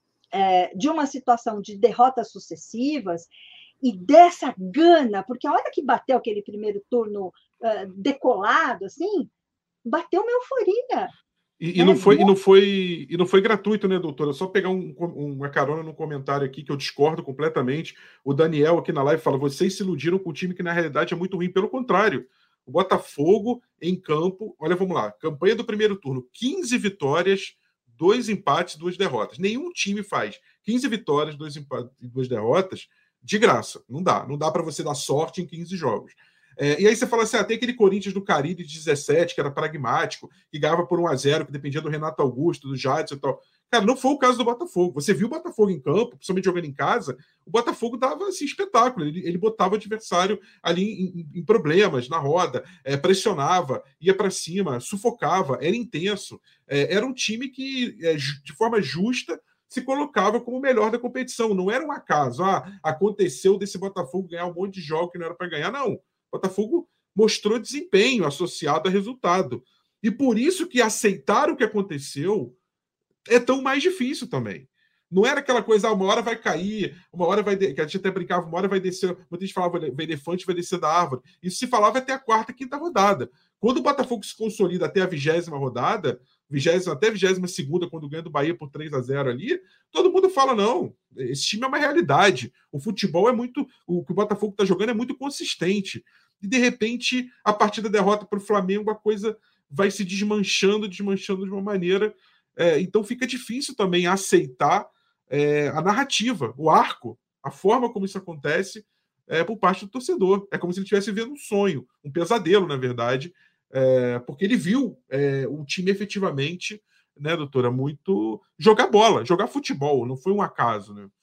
é, de uma situação de derrotas sucessivas e dessa gana? Porque a hora que bateu aquele primeiro turno uh, decolado, assim, bateu uma euforia. E, e, não foi, e, não foi, e não foi gratuito, né, doutora? Só pegar um, uma carona no comentário aqui que eu discordo completamente. O Daniel aqui na live fala: vocês se iludiram com um time que na realidade é muito ruim. Pelo contrário, o Botafogo em campo, olha, vamos lá, campanha do primeiro turno, quinze vitórias, dois empates, duas derrotas. Nenhum time faz quinze vitórias, dois empates e duas derrotas de graça. Não dá. Não dá para você dar sorte em quinze jogos. É, e aí você fala assim, ah, tem aquele Corinthians do Carille de dezessete, que era pragmático, que ganhava por um a zero, que dependia do Renato Augusto, do Jadson e tal. Cara, não foi o caso do Botafogo. Você viu o Botafogo em campo, principalmente jogando em casa, o Botafogo dava assim, espetáculo. Ele, ele botava o adversário ali em, em problemas, na roda, é, pressionava, ia para cima, sufocava, era intenso. É, era um time que, é, de forma justa, se colocava como o melhor da competição. Não era um acaso. Ah, aconteceu desse Botafogo ganhar um monte de jogos que não era para ganhar. Não. O Botafogo mostrou desempenho associado a resultado. E por isso que aceitar o que aconteceu é tão mais difícil também. Não era aquela coisa, ah, uma hora vai cair, uma hora vai... De... que a gente até brincava, uma hora vai descer... Muita gente falava, o elefante vai descer da árvore. Isso se falava até a quarta, quinta rodada. Quando o Botafogo se consolida até a vigésima rodada, vigésima, até a vigésima segunda, quando ganha do Bahia por três a zero ali, todo mundo fala, não, esse time é uma realidade. O futebol é muito... O que o Botafogo está jogando é muito consistente. E, de repente, a partir da derrota para o Flamengo, a coisa vai se desmanchando, desmanchando de uma maneira... É, então fica difícil também aceitar é, a narrativa, o arco, a forma como isso acontece é, por parte do torcedor. É como se ele estivesse vendo um sonho, um pesadelo, na verdade, é, porque ele viu é, o time efetivamente, né, doutora, muito jogar bola, jogar futebol, não foi um acaso, né?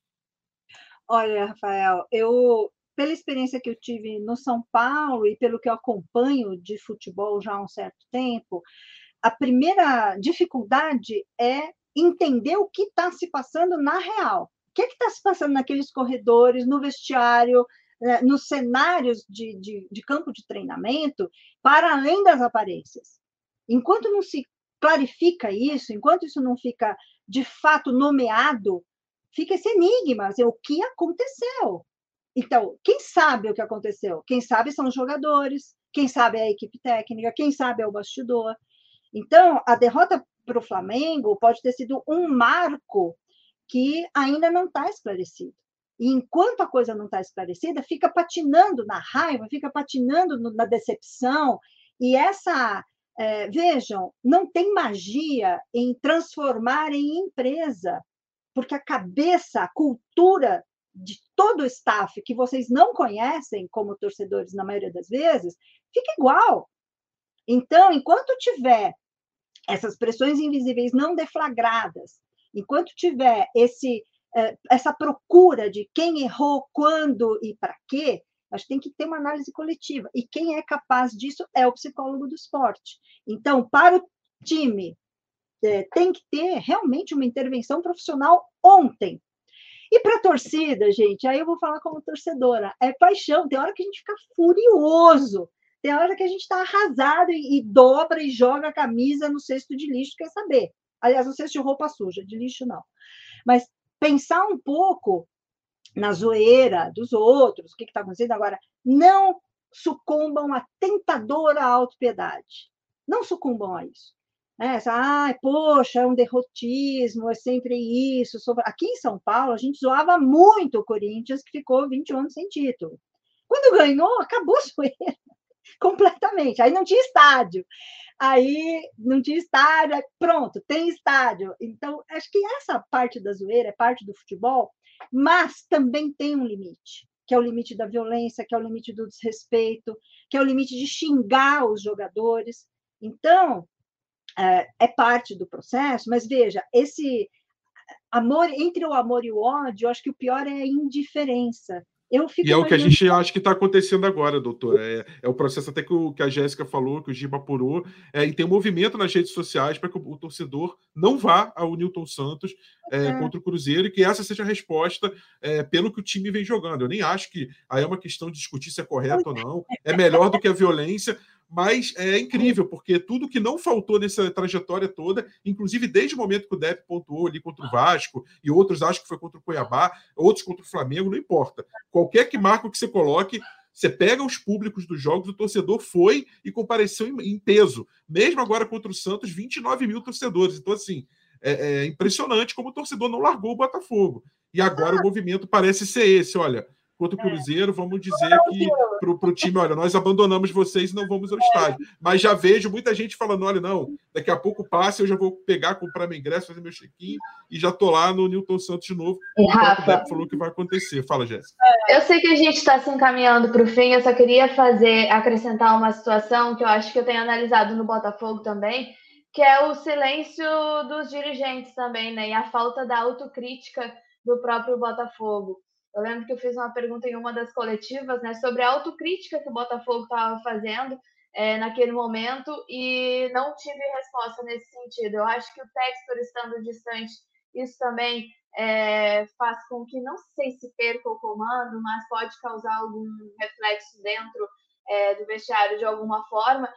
Olha, Rafael, eu, pela experiência que eu tive no São Paulo e pelo que eu acompanho de futebol já há um certo tempo, a primeira dificuldade é entender o que está se passando na real. O que está se passando naqueles corredores, no vestiário, nos cenários de, de, de campo de treinamento, para além das aparências. Enquanto não se clarifica isso, enquanto isso não fica, de fato, nomeado, fica esse enigma, assim, o que aconteceu? Então, quem sabe o que aconteceu? Quem sabe são os jogadores, quem sabe é a equipe técnica, quem sabe é o bastidor. Então, a derrota para o Flamengo pode ter sido um marco que ainda não está esclarecido. E enquanto a coisa não está esclarecida, fica patinando na raiva, fica patinando no, na decepção. E essa, é, vejam, não tem magia em transformar em empresa, porque a cabeça, a cultura de todo o staff que vocês não conhecem como torcedores na maioria das vezes, fica igual. Então, enquanto tiver essas pressões invisíveis não deflagradas, enquanto tiver esse, essa procura de quem errou, quando e para quê, acho que tem que ter uma análise coletiva. E quem é capaz disso é o psicólogo do esporte. Então, para o time, tem que ter realmente uma intervenção profissional ontem. E para a torcida, gente, aí eu vou falar como torcedora, é paixão. Tem hora que a gente fica furioso. Tem hora que a gente está arrasado e, e dobra e joga a camisa no cesto de lixo, quer saber? Aliás, no cesto de roupa suja, de lixo não. Mas pensar um pouco na zoeira dos outros, o que está acontecendo agora, não sucumbam à tentadora autopiedade. Não sucumbam a isso. É, ah, poxa, é um derrotismo, é sempre isso. Sobre... Aqui em São Paulo, a gente zoava muito o Corinthians, que ficou vinte anos sem título. Quando ganhou, acabou a zoeira. Completamente. Aí não tinha estádio. Aí não tinha estádio, pronto, tem estádio. Então, acho que essa parte da zoeira é parte do futebol, mas também tem um limite, que é o limite da violência, que é o limite do desrespeito, que é o limite de xingar os jogadores. Então, é parte do processo, mas veja, esse amor, entre o amor e o ódio, eu acho que o pior é a indiferença. Eu fico e é o que a imaginando... gente acha que está acontecendo agora, doutora. É, é o processo até que, o, que a Jéssica falou, que o Giba apurou, é, e tem um movimento nas redes sociais para que o, o torcedor não vá ao Nilton Santos é, é. contra o Cruzeiro, e que essa seja a resposta é, pelo que o time vem jogando. Eu nem acho que aí é uma questão de discutir se é correto ou não. É melhor do que a violência, mas é incrível, porque tudo que não faltou nessa trajetória toda, inclusive desde o momento que o Depp pontuou ali contra o Vasco, e outros acham que foi contra o Cuiabá, outros contra o Flamengo, não importa. Qualquer que marco que você coloque, você pega os públicos dos jogos, o torcedor foi e compareceu em, em peso. Mesmo agora contra o Santos, vinte e nove mil torcedores. Então, assim, é, é impressionante como o torcedor não largou o Botafogo. E agora o movimento parece ser esse, olha... Contra o Cruzeiro, vamos dizer que para o time, olha, nós abandonamos vocês e não vamos ao estádio. Mas já vejo muita gente falando, olha, não, daqui a pouco passa, eu já vou pegar, comprar meu ingresso, fazer meu check-in e já tô lá no Nilton Santos de novo. E Rafa, o falou que vai acontecer. Fala, Jéssica. Eu sei que a gente está se encaminhando para o fim, eu só queria fazer, acrescentar uma situação que eu acho que eu tenho analisado no Botafogo também, que é o silêncio dos dirigentes também, né? E a falta da autocrítica do próprio Botafogo. Eu lembro que eu fiz uma pergunta em uma das coletivas, né, sobre a autocrítica que o Botafogo estava fazendo é, naquele momento e não tive resposta nesse sentido. Eu acho que o Textor estando distante, isso também é, faz com que, não sei se perca o comando, mas pode causar algum reflexo dentro é, do vestiário de alguma forma.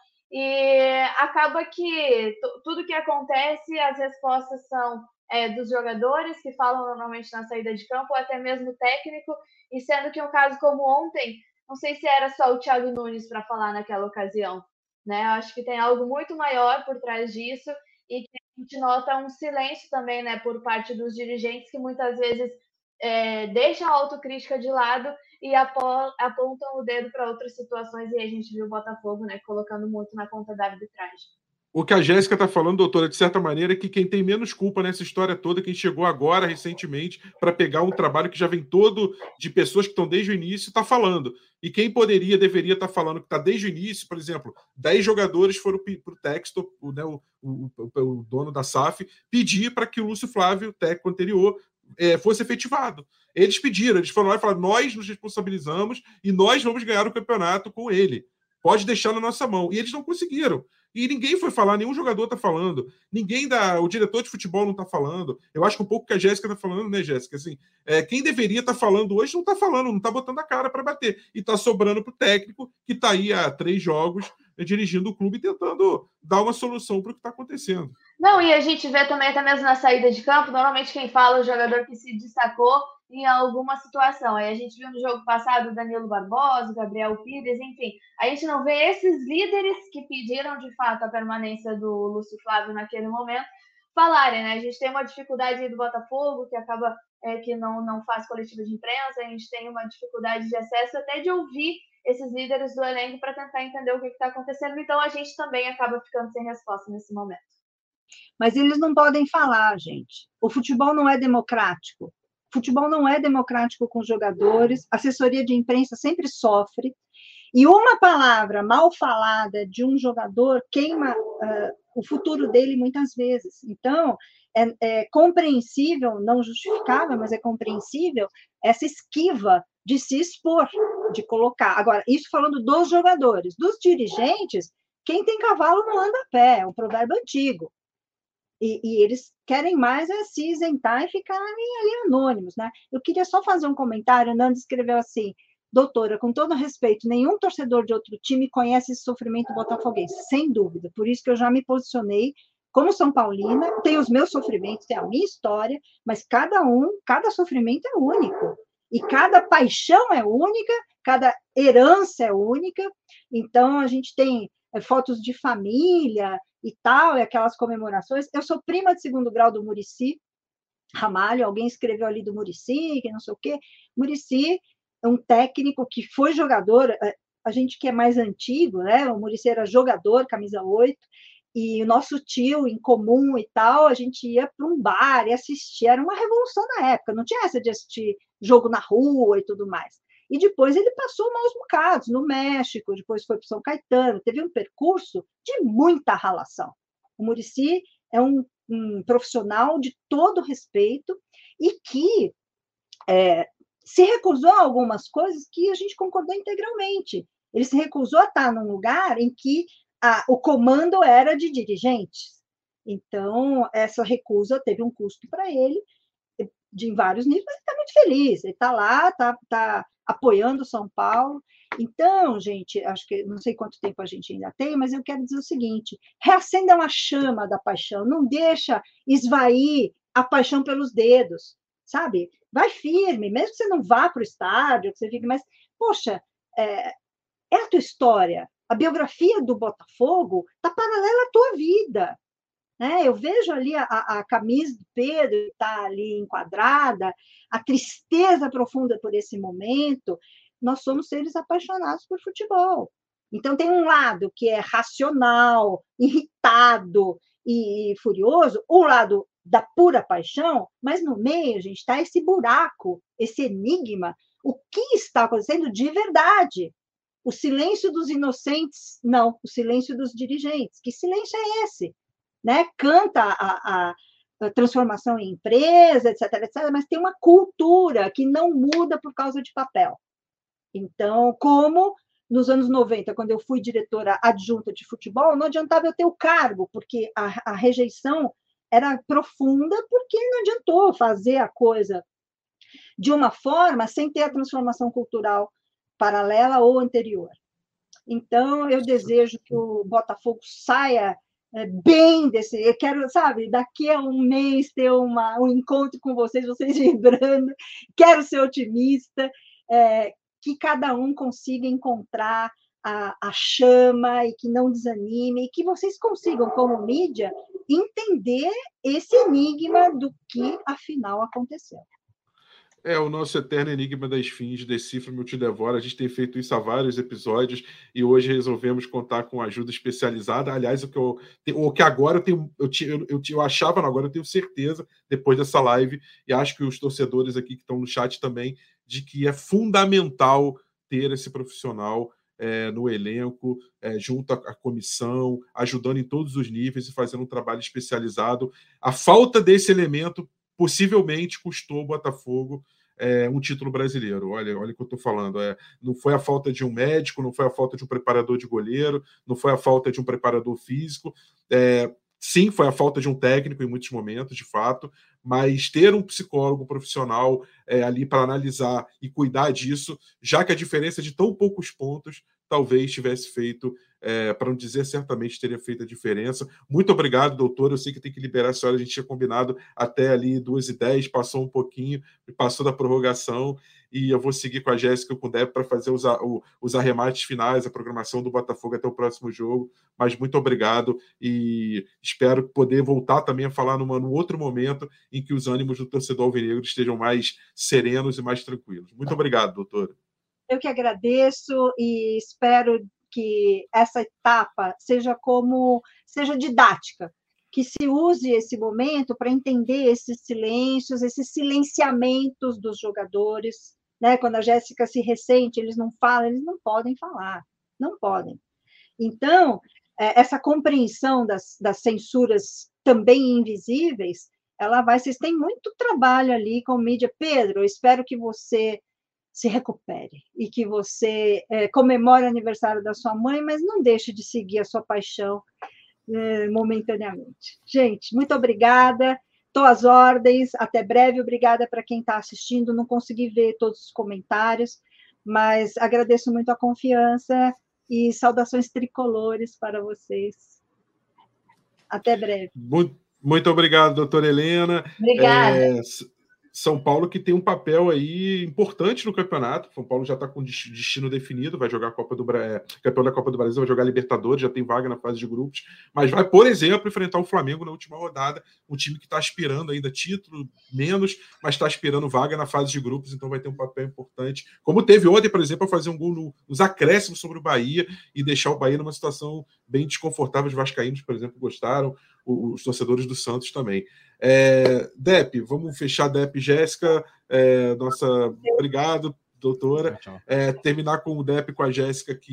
E acaba que tudo que acontece, as respostas são É, dos jogadores, que falam normalmente na saída de campo, ou até mesmo técnico, e sendo que um caso como ontem, não sei se era só o Thiago Nunes para falar naquela ocasião, né? Eu acho que tem algo muito maior por trás disso, e que a gente nota um silêncio também, né, por parte dos dirigentes, que muitas vezes é, deixam a autocrítica de lado e apontam o dedo para outras situações, e a gente viu o Botafogo, né, colocando muito na conta da arbitragem. O que a Jéssica está falando, doutora, de certa maneira, é que quem tem menos culpa nessa história toda, quem chegou agora, recentemente, para pegar um trabalho que já vem todo de pessoas que estão desde o início, está falando. E quem poderia, deveria estar tá falando que está desde o início, por exemplo, dez jogadores foram para o Textor, né, o, o, o, o dono da S A F, pedir para que o Lúcio Flávio, o técnico anterior, é, fosse efetivado. Eles pediram, eles foram lá e falaram, nós nos responsabilizamos e nós vamos ganhar o campeonato com ele. Pode deixar na nossa mão. E eles não conseguiram. E ninguém foi falar, nenhum jogador está falando, ninguém da. O diretor de futebol não está falando. Eu acho que um pouco que a Jéssica está falando, né, Jéssica? Assim, é, quem deveria estar tá falando hoje não está falando, não está botando a cara para bater. E está sobrando para o técnico, que está aí há três jogos, né, dirigindo o clube e tentando dar uma solução para o que está acontecendo. Não, e a gente vê também, até mesmo na saída de campo, normalmente quem fala é o jogador que se destacou em alguma situação. Aí a gente viu no jogo passado o Danilo Barbosa, o Gabriel Pires, enfim. A gente não vê esses líderes que pediram, de fato, a permanência do Lúcio Flávio naquele momento falarem, né? A gente tem uma dificuldade aí do Botafogo, que acaba é, que não, não faz coletiva de imprensa, a gente tem uma dificuldade de acesso até de ouvir esses líderes do elenco para tentar entender o que está acontecendo. Então, a gente também acaba ficando sem resposta nesse momento. Mas eles não podem falar, gente. O futebol não é democrático. O futebol não é democrático com os jogadores. A assessoria de imprensa sempre sofre. E uma palavra mal falada de um jogador queima uh, o futuro dele muitas vezes. Então, é, é compreensível, não justificável, mas é compreensível essa esquiva de se expor, de colocar. Agora, isso falando dos jogadores. Dos dirigentes, quem tem cavalo não anda a pé, é um provérbio antigo. E, e eles querem mais é se isentar e ficarem ali anônimos, né? Eu queria só fazer um comentário. Nando escreveu assim: doutora, com todo respeito, nenhum torcedor de outro time conhece esse sofrimento botafoguense, sem dúvida. Por isso que eu já me posicionei como São Paulina, tenho os meus sofrimentos, tenho a minha história, mas cada um, cada sofrimento é único. E cada paixão é única, cada herança é única. Então, a gente tem é, fotos de família e tal, e aquelas comemorações. Eu sou prima de segundo grau do Muricy Ramalho, alguém escreveu ali do Muricy, que não sei o quê. Muricy é um técnico que foi jogador, a gente que é mais antigo, né? O Muricy era jogador, camisa oito, e o nosso tio em comum e tal, a gente ia para um bar e assistia, era uma revolução na época, não tinha essa de assistir jogo na rua e tudo mais. E depois ele passou maus bocados no México, depois foi para São Caetano, teve um percurso de muita ralação. O Muricy é um, um profissional de todo respeito e que é, se recusou a algumas coisas que a gente concordou integralmente. Ele se recusou a estar num lugar em que a, o comando era de dirigentes. Então, essa recusa teve um custo para ele, de em vários níveis, mas ele está muito feliz. Ele está lá, está tá apoiando o São Paulo. Então, gente, acho que não sei quanto tempo a gente ainda tem, mas eu quero dizer o seguinte: reacendam a chama da paixão, não deixa esvair a paixão pelos dedos, sabe? Vai firme, mesmo que você não vá para o estádio, que você fique, mas, poxa, é, é a tua história. A biografia do Botafogo está paralela à tua vida. Né? Eu vejo ali a, a camisa do Pedro, que está ali enquadrada, a tristeza profunda por esse momento. Nós somos seres apaixonados por futebol. Então, tem um lado que é racional, irritado e, e furioso, um lado da pura paixão, mas no meio, gente, está esse buraco, esse enigma. O que está acontecendo de verdade? O silêncio dos inocentes, não, o silêncio dos dirigentes. Que silêncio é esse? Né? Canta a, a, a transformação em empresa, etc, etc, mas tem uma cultura que não muda por causa de papel. Então, como nos anos noventa, quando eu fui diretora adjunta de futebol, não adiantava eu ter o cargo, porque a, a rejeição era profunda, porque não adiantou fazer a coisa de uma forma sem ter a transformação cultural paralela ou anterior. Então, eu desejo que o Botafogo saia é, bem desse... Eu quero, sabe, daqui a um mês ter uma, um encontro com vocês, vocês vibrando. Quero ser otimista, é, que cada um consiga encontrar a, a chama e que não desanime, e que vocês consigam, como mídia, entender esse enigma do que, afinal, aconteceu. É o nosso eterno enigma das fins, Decifra-me, eu te devoro. A gente tem feito isso há vários episódios e hoje resolvemos contar com ajuda especializada. Aliás, o que, eu, o que agora eu, tenho, eu, eu, eu, eu achava, agora eu tenho certeza, depois dessa live, e acho que os torcedores aqui que estão no chat também, de que é fundamental ter esse profissional é, no elenco, é, junto à, à comissão, ajudando em todos os níveis e fazendo um trabalho especializado. A falta desse elemento possivelmente custou o Botafogo é, um título brasileiro. Olha, olha o que eu estou falando. É, não foi a falta de um médico, não foi a falta de um preparador de goleiro, não foi a falta de um preparador físico. É, sim, foi a falta de um técnico em muitos momentos, de fato, mas ter um psicólogo profissional é, ali para analisar e cuidar disso, já que a diferença de tão poucos pontos talvez tivesse feito, é, para não dizer certamente teria feito a diferença. Muito obrigado, doutor. Eu sei que tem que liberar a senhora, a gente tinha combinado até ali duas e dez, passou um pouquinho, passou da prorrogação, e eu vou seguir com a Jéssica e com o Débora para fazer os, os arremates finais, a programação do Botafogo até o próximo jogo. Mas muito obrigado e espero poder voltar também a falar numa, num outro momento em que os ânimos do torcedor alvinegro estejam mais serenos e mais tranquilos. Muito obrigado, doutora. Eu que agradeço e espero que essa etapa seja como seja didática, que se use esse momento para entender esses silêncios, esses silenciamentos dos jogadores, né? Quando a Jéssica se ressente, eles não falam, eles não podem falar, não podem. Então, essa compreensão das, das censuras também invisíveis, ela vai, vocês têm muito trabalho ali com mídia. Pedro, eu espero que você se recupere e que você é, comemore o aniversário da sua mãe, mas não deixe de seguir a sua paixão é, momentaneamente. Gente, muito obrigada, estou às ordens, até breve, obrigada para quem está assistindo, não consegui ver todos os comentários, mas agradeço muito a confiança e saudações tricolores para vocês. Até breve. Muito, muito obrigado, doutora Helena. Obrigada. É... São Paulo que tem um papel aí importante no campeonato. São Paulo já está com destino definido, vai jogar a Copa do Brasil, campeão da Copa do Brasil, vai jogar Libertadores, já tem vaga na fase de grupos, mas vai, por exemplo, enfrentar o Flamengo na última rodada, um time que está aspirando ainda título, menos, mas está aspirando vaga na fase de grupos, então vai ter um papel importante. Como teve ontem, por exemplo, a fazer um gol no, nos acréscimos sobre o Bahia e deixar o Bahia numa situação bem desconfortável. Os vascaínos, por exemplo, gostaram, os torcedores do Santos também. É, Dep, vamos fechar Dep e Jéssica. É, nossa, obrigado, doutora. É, terminar com o Dep com a Jéssica aqui,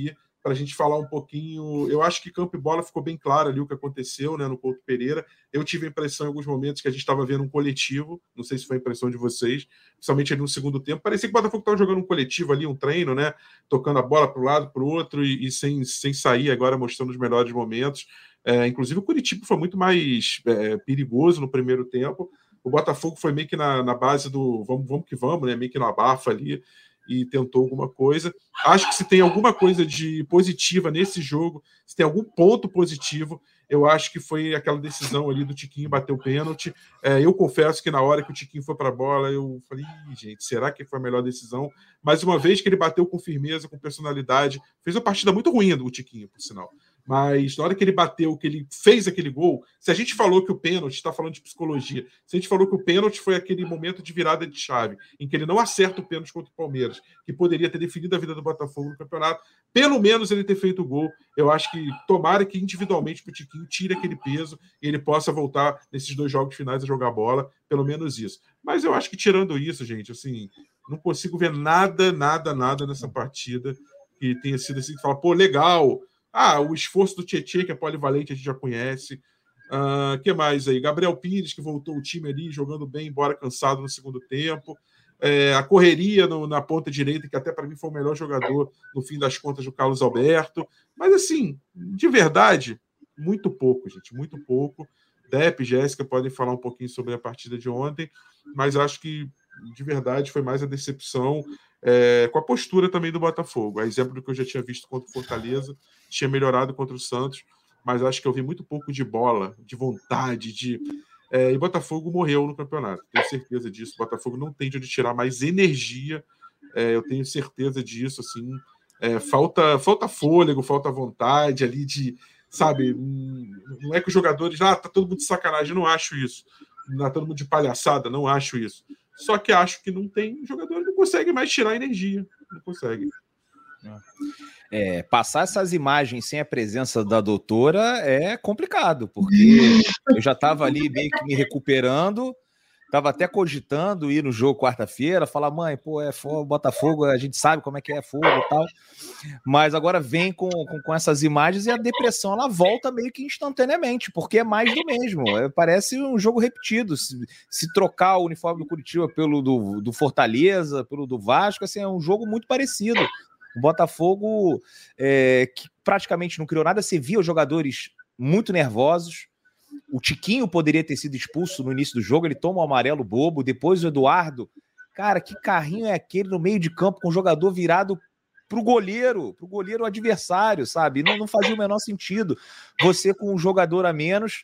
para a gente falar um pouquinho. Eu acho que campo e bola ficou bem claro ali o que aconteceu, né, no Couto Pereira. Eu tive a impressão em alguns momentos que a gente estava vendo um coletivo, não sei se foi a impressão de vocês, principalmente ali no segundo tempo. Parecia que o Botafogo estava jogando um coletivo ali, um treino, né, tocando a bola para um lado, para o outro e, e sem, sem sair agora mostrando os melhores momentos. É, inclusive o Curitiba foi muito mais é, perigoso no primeiro tempo. O Botafogo foi meio que na, na base do vamos, vamos que vamos, né, meio que na abafa ali, e tentou alguma coisa. Acho que se tem alguma coisa de positiva nesse jogo, se tem algum ponto positivo, eu acho que foi aquela decisão ali do Tiquinho bater o pênalti. É, eu confesso que na hora que o Tiquinho foi para a bola, eu falei, gente, será que foi a melhor decisão? Mas uma vez que ele bateu com firmeza, com personalidade, fez uma partida muito ruim o Tiquinho, por sinal. Mas na hora que ele bateu, que ele fez aquele gol, se a gente falou que o pênalti, está falando de psicologia, se a gente falou que o pênalti foi aquele momento de virada de chave, em que ele não acerta o pênalti contra o Palmeiras, que poderia ter definido a vida do Botafogo no campeonato, pelo menos ele ter feito o gol, eu acho que tomara que individualmente o Tiquinho tire aquele peso e ele possa voltar nesses dois jogos finais a jogar bola, pelo menos isso. Mas eu acho que tirando isso, gente, assim, não consigo ver nada, nada, nada nessa partida que tenha sido assim, que fala, pô, legal. Ah, o esforço do Tietê, que é polivalente, a gente já conhece. O uh, que mais aí? Gabriel Pires, que voltou o time ali, jogando bem, embora cansado no segundo tempo. É, a correria no, na ponta direita, que até para mim foi o melhor jogador, no fim das contas, do Carlos Alberto. Mas, assim, de verdade, muito pouco, gente, muito pouco. Depp e Jéssica podem falar um pouquinho sobre a partida de ontem, mas acho que, de verdade, foi mais a decepção é, com a postura também do Botafogo. A exemplo do que eu já tinha visto contra o Fortaleza, tinha melhorado contra o Santos, mas acho que eu vi muito pouco de bola, de vontade, de... É, e Botafogo morreu no campeonato, tenho certeza disso. O Botafogo não tem de onde tirar mais energia, é, eu tenho certeza disso, assim, é, falta, falta fôlego, falta vontade ali de, sabe, não é que os jogadores, ah, tá todo mundo de sacanagem, não acho isso, tá todo mundo de palhaçada, não acho isso, só que acho que não tem, o jogador não consegue mais tirar energia, não consegue. É, passar essas imagens sem a presença da doutora é complicado, porque eu já estava ali meio que me recuperando, estava até cogitando ir no jogo quarta-feira, falar, mãe, pô, é fogo, Botafogo, a gente sabe como é que é fogo e tal, mas agora vem com, com, com essas imagens e a depressão, ela volta meio que instantaneamente, porque é mais do mesmo, é, parece um jogo repetido, se, se trocar o uniforme do Curitiba pelo do, do Fortaleza, pelo do Vasco, assim, é um jogo muito parecido. O Botafogo, é, que praticamente não criou nada, você via os jogadores muito nervosos. O Tiquinho poderia ter sido expulso no início do jogo, ele toma o amarelo bobo. Depois o Eduardo. Cara, que carrinho é aquele no meio de campo com o jogador virado pro goleiro, pro goleiro adversário, sabe? Não, não fazia o menor sentido você com um jogador a menos.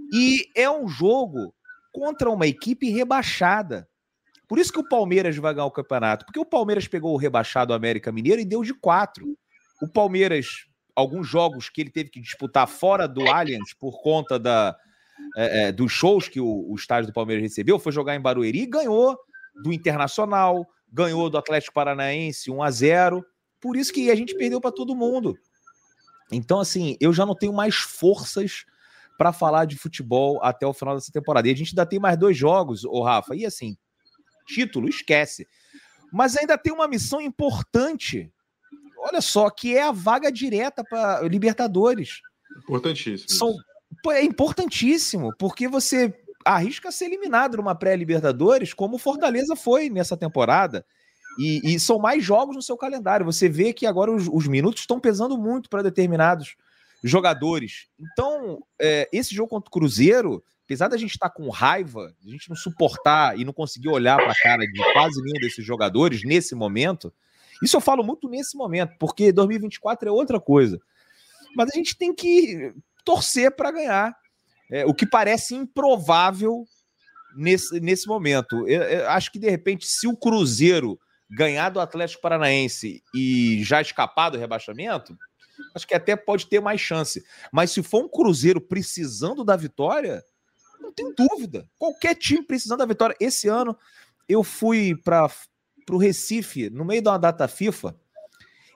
E é um jogo contra uma equipe rebaixada. Por isso que o Palmeiras vai ganhar o campeonato. Porque o Palmeiras pegou o rebaixado América Mineiro e deu de quatro. O Palmeiras, alguns jogos que ele teve que disputar fora do Allianz por conta da, é, é, dos shows que o, o estádio do Palmeiras recebeu, foi jogar em Barueri e ganhou do Internacional, ganhou do Atlético Paranaense um a zero. Por isso que a gente perdeu para todo mundo. Então, assim, eu já não tenho mais forças para falar de futebol até o final dessa temporada. E a gente ainda tem mais dois jogos, ô Rafa, e assim... título, esquece. Mas ainda tem uma missão importante, olha só, que é a vaga direta para Libertadores. Importantíssimo. São, é importantíssimo, porque você arrisca ser eliminado numa pré-Libertadores, como o Fortaleza foi nessa temporada. E, e são mais jogos no seu calendário. Você vê que agora os, os minutos estão pesando muito para determinados jogadores. Então, é, esse jogo contra o Cruzeiro, apesar da gente estar com raiva, a gente não suportar e não conseguir olhar para a cara de quase nenhum desses jogadores nesse momento, isso eu falo muito nesse momento, porque dois mil e vinte e quatro é outra coisa. Mas a gente tem que torcer para ganhar, é, o que parece improvável nesse, nesse momento. Eu, eu acho que, de repente, se o Cruzeiro ganhar do Atlético Paranaense e já escapar do rebaixamento, acho que até pode ter mais chance. Mas se for um Cruzeiro precisando da vitória, não tenho dúvida. Qualquer time precisando da vitória. Esse ano eu fui para o Recife, no meio de uma data FIFA,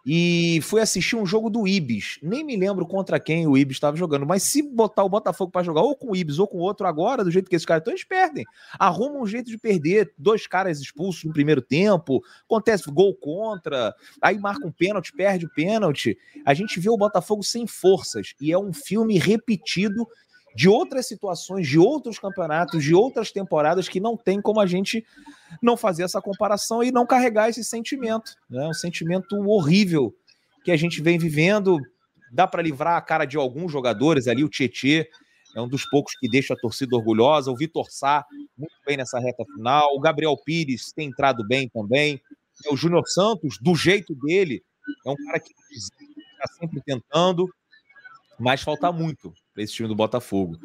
e fui assistir um jogo do Ibis. Nem me lembro contra quem o Ibis estava jogando, mas se botar o Botafogo para jogar ou com o Ibis ou com outro agora, do jeito que esses caras estão, eles perdem. Arrumam um jeito de perder, dois caras expulsos no primeiro tempo, acontece gol contra, aí marca um pênalti, perde o pênalti. A gente vê o Botafogo sem forças, e é um filme repetido de outras situações, de outros campeonatos, de outras temporadas, que não tem como a gente não fazer essa comparação e não carregar esse sentimento, né? Um sentimento horrível que a gente vem vivendo. Dá para livrar a cara de alguns jogadores ali, o Tietê é um dos poucos que deixa a torcida orgulhosa, o Vitor Sá muito bem nessa reta final, o Gabriel Pires tem entrado bem também, o Júnior Santos, do jeito dele, é um cara que está sempre tentando, mas falta muito para esse time do Botafogo.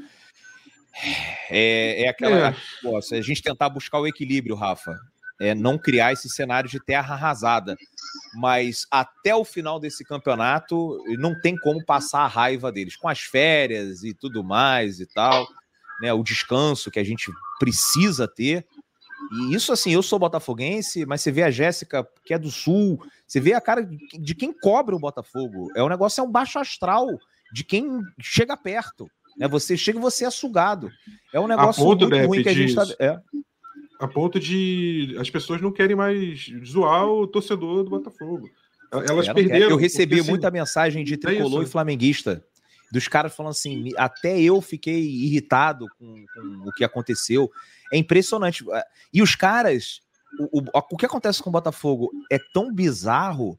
É, é aquela É. negócio, é a gente tentar buscar o equilíbrio, Rafa. É não criar esse cenário de terra arrasada. Mas até o final desse campeonato, não tem como passar a raiva deles. Com as férias e tudo mais e tal, né, o descanso que a gente precisa ter. E isso, assim, eu sou botafoguense, mas você vê a Jéssica, que é do Sul, você vê a cara de quem cobra o Botafogo. É um negócio, é um baixo astral de quem chega perto. Né? Você chega e você é sugado. É um negócio ponto, muito Depp, ruim que a gente está... disso. É. A ponto de as pessoas não querem mais zoar o torcedor do Botafogo. Elas É, perderam. Eu recebi porque, assim, muita mensagem de tricolor é e flamenguista, dos caras falando assim, até eu fiquei irritado com, com o que aconteceu. É impressionante. E os caras, o, o, o que acontece com o Botafogo é tão bizarro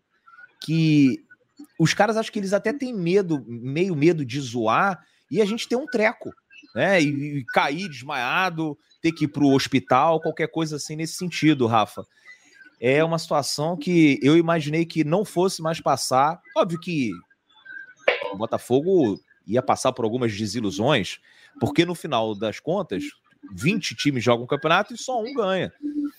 que os caras, acho que eles até têm medo, meio medo de zoar, e a gente tem um treco, né? E, e cair desmaiado, ter que ir pro hospital, qualquer coisa assim nesse sentido, Rafa. É uma situação que eu imaginei que não fosse mais passar. Óbvio que o Botafogo ia passar por algumas desilusões, porque no final das contas, vinte times jogam o campeonato e só um ganha.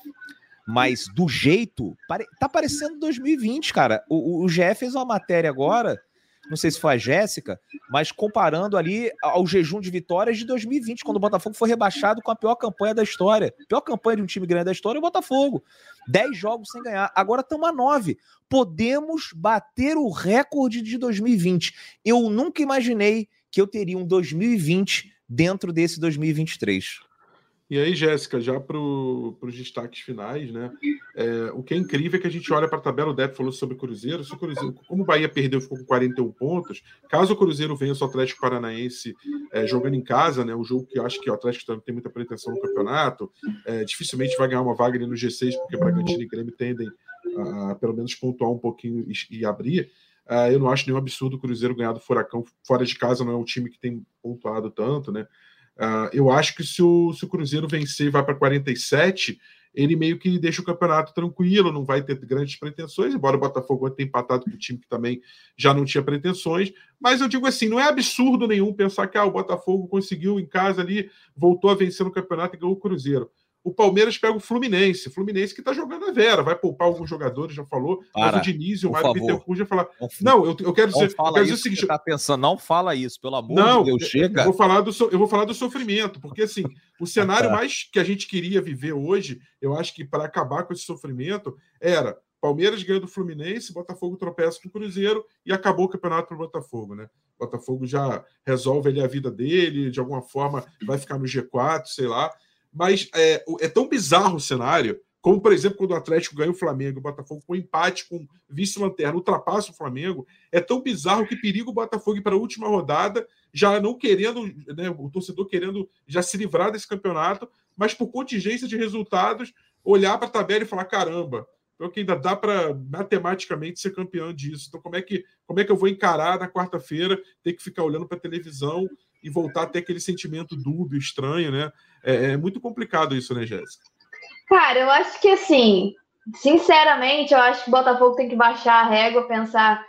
Mas do jeito... Tá parecendo dois mil e vinte, cara. O, o G E fez uma matéria agora, não sei se foi a Jéssica, mas comparando ali ao jejum de vitórias de dois mil e vinte, quando o Botafogo foi rebaixado com a pior campanha da história. A pior campanha de um time grande da história é o Botafogo. Dez jogos sem ganhar. Agora estamos a nove. Podemos bater o recorde de dois mil e vinte. Eu nunca imaginei que eu teria um dois mil e vinte dentro desse dois mil e vinte e três. E aí, Jéssica, já para os destaques finais, né? É, o que é incrível é que a gente olha para a tabela, o Depp falou sobre o Cruzeiro, se o Cruzeiro, como o Bahia perdeu, ficou com quarenta e um pontos, caso o Cruzeiro vença o Atlético Paranaense é, jogando em casa, né? O jogo que eu acho que o Atlético também tem muita pretensão no campeonato, é, dificilmente vai ganhar uma vaga ali no G seis, porque Bragantino e Grêmio tendem a, a pelo menos pontuar um pouquinho e, e abrir. Uh, eu não acho nenhum absurdo o Cruzeiro ganhar do Furacão fora de casa, não é um time que tem pontuado tanto, né? Uh, eu acho que se o, se o Cruzeiro vencer e vai para quarenta e sete, ele meio que deixa o campeonato tranquilo, não vai ter grandes pretensões, embora o Botafogo tenha empatado com o time que também já não tinha pretensões, mas eu digo assim, não é absurdo nenhum pensar que ah, o Botafogo conseguiu em casa ali, voltou a vencer no campeonato e ganhou o Cruzeiro. O Palmeiras pega o Fluminense, Fluminense que está jogando a Vera, vai poupar alguns jogadores, já falou, Para, mas o Diniz e o Mário Bittencourt já falaram. Não, não, eu, eu quero dizer, não fala eu quero isso dizer o seguinte. Você tá pensando, não fala isso, pelo amor não, de Deus, chega. Eu vou falar do, eu vou falar do sofrimento, porque assim, o cenário mais que a gente queria viver hoje, eu acho que para acabar com esse sofrimento, era Palmeiras ganhando do Fluminense, Botafogo tropeça com o Cruzeiro e acabou o campeonato para o Botafogo, né? O Botafogo já resolve ali a vida dele, de alguma forma vai ficar no G quatro, sei lá. Mas é, é tão bizarro o cenário, como, por exemplo, quando o Atlético ganha o Flamengo, o Botafogo com empate com vice-lanterna, ultrapassa o Flamengo, é tão bizarro que periga o Botafogo ir para a última rodada, já não querendo, né, o torcedor querendo já se livrar desse campeonato, mas por contingência de resultados, olhar para a tabela e falar, caramba, então que ainda dá para matematicamente ser campeão disso. Então como é que, como é que eu vou encarar na quarta-feira, ter que ficar olhando para a televisão e voltar a ter aquele sentimento dúbio, estranho, né? É, é muito complicado isso, né, Jéssica? Cara, eu acho que, assim, sinceramente, eu acho que o Botafogo tem que baixar a régua, pensar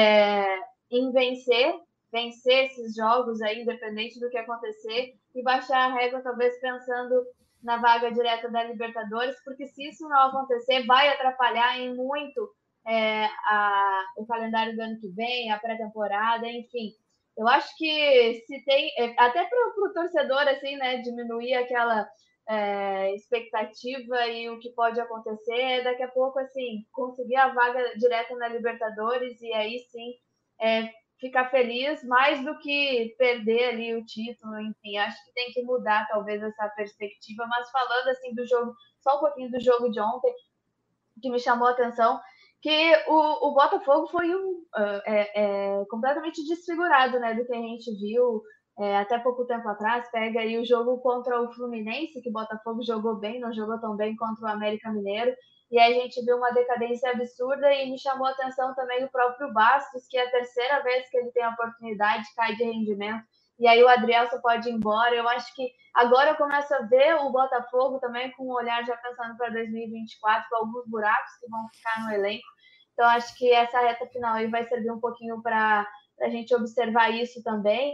é, em vencer, vencer esses jogos aí, independente do que acontecer, e baixar a régua, talvez, pensando na vaga direta da Libertadores, porque se isso não acontecer, vai atrapalhar em muito é, a, o calendário do ano que vem, a pré-temporada, enfim. Eu acho que se tem, até para o torcedor, assim, né, diminuir aquela, é, expectativa e o que pode acontecer é daqui a pouco, assim, conseguir a vaga direta na Libertadores e aí sim é, ficar feliz mais do que perder ali o título, enfim, acho que tem que mudar talvez essa perspectiva, mas falando assim do jogo, só um pouquinho do jogo de ontem, que me chamou a atenção, que o, o Botafogo foi um, é, é, completamente desfigurado, né, do que a gente viu é, até pouco tempo atrás. Pega aí o jogo contra o Fluminense, que o Botafogo jogou bem, não jogou tão bem contra o América Mineiro, e aí a gente viu uma decadência absurda, e me chamou a atenção também o próprio Bastos, que é a terceira vez que ele tem a oportunidade, cai de rendimento, e aí o Adrielson pode ir embora. Eu acho que agora eu começo a ver o Botafogo também com um olhar já pensando para dois mil e vinte e quatro, com alguns buracos que vão ficar no elenco. Então, acho que essa reta final aí vai servir um pouquinho para a gente observar isso também.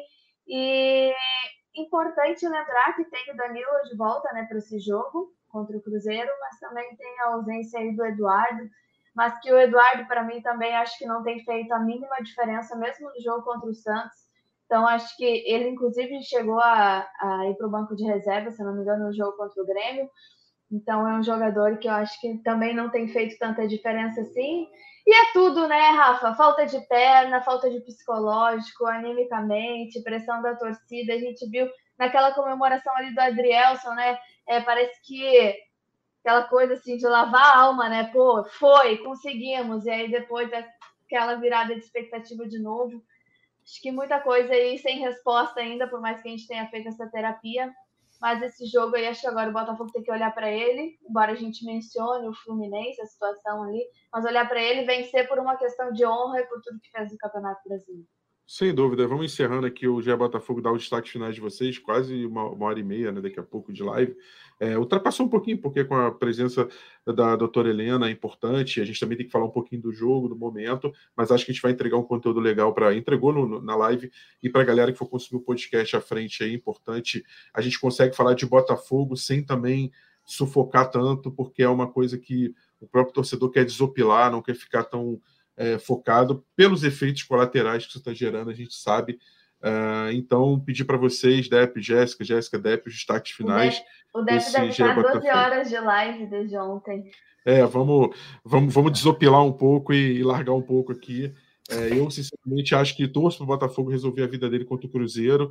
E importante lembrar que tem o Danilo de volta, né, para esse jogo contra o Cruzeiro, mas também tem a ausência aí do Eduardo, mas que o Eduardo, para mim, também acho que não tem feito a mínima diferença, mesmo no jogo contra o Santos. Então, acho que ele, inclusive, chegou a, a ir para o banco de reserva, se não me engano, no jogo contra o Grêmio. Então, é um jogador que eu acho que também não tem feito tanta diferença assim. E é tudo, né, Rafa? Falta de perna, falta de psicológico, animicamente, pressão da torcida. A gente viu naquela comemoração ali do Adrielson, né? É, parece que aquela coisa assim de lavar a alma, né? Pô, foi, conseguimos. E aí depois aquela virada de expectativa de novo. Acho que muita coisa aí sem resposta ainda, por mais que a gente tenha feito essa terapia. Mas esse jogo aí, acho que agora o Botafogo tem que olhar para ele, embora a gente mencione o Fluminense, a situação ali, mas olhar para ele, vencer por uma questão de honra e por tudo que fez no Campeonato Brasileiro. Sem dúvida. Vamos encerrando aqui o G E Botafogo, dar os destaques finais de vocês, quase uma, uma hora e meia, né, daqui a pouco de live. É, ultrapassou um pouquinho, porque com a presença da doutora Helena é importante, a gente também tem que falar um pouquinho do jogo, do momento, mas acho que a gente vai entregar um conteúdo legal para... Entregou no, no, na live, e para a galera que for consumir o podcast à frente, é importante. A gente consegue falar de Botafogo sem também sufocar tanto, porque é uma coisa que o próprio torcedor quer desopilar, não quer ficar tão... É, focado pelos efeitos colaterais que isso está gerando, a gente sabe. Uh, então, pedir para vocês, Dep, Jéssica, Jéssica, Dep, os destaques finais. O Dep deve estar doze horas de live desde ontem. É, vamos, vamos, vamos desopilar um pouco e, e largar um pouco aqui. É, eu, sinceramente, acho que torço para o Botafogo resolver a vida dele contra o Cruzeiro,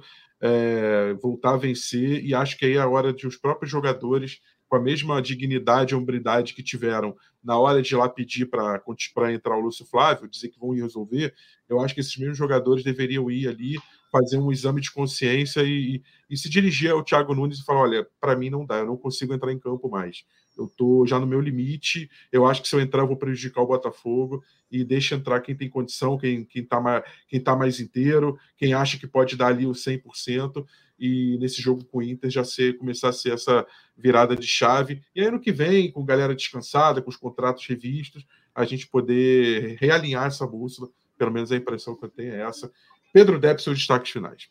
é, voltar a vencer, e acho que aí é a hora de os próprios jogadores, com a mesma dignidade e hombridade que tiveram na hora de ir lá pedir para entrar o Lúcio Flávio, dizer que vão ir resolver, eu acho que esses mesmos jogadores deveriam ir ali, fazer um exame de consciência e, e, e se dirigir ao Thiago Nunes e falar, olha, para mim não dá, eu não consigo entrar em campo mais. Eu estou já no meu limite, eu acho que se eu entrar eu vou prejudicar o Botafogo, e deixa entrar quem tem condição, quem está mais, quem tá mais inteiro, quem acha que pode dar ali o cem por cento, e nesse jogo com o Inter já ser, começar a ser essa virada de chave, e aí no que vem, com galera descansada, com os contratos revistos, a gente poder realinhar essa bússola, pelo menos a impressão que eu tenho é essa. Pedro Depp, seus destaques finais.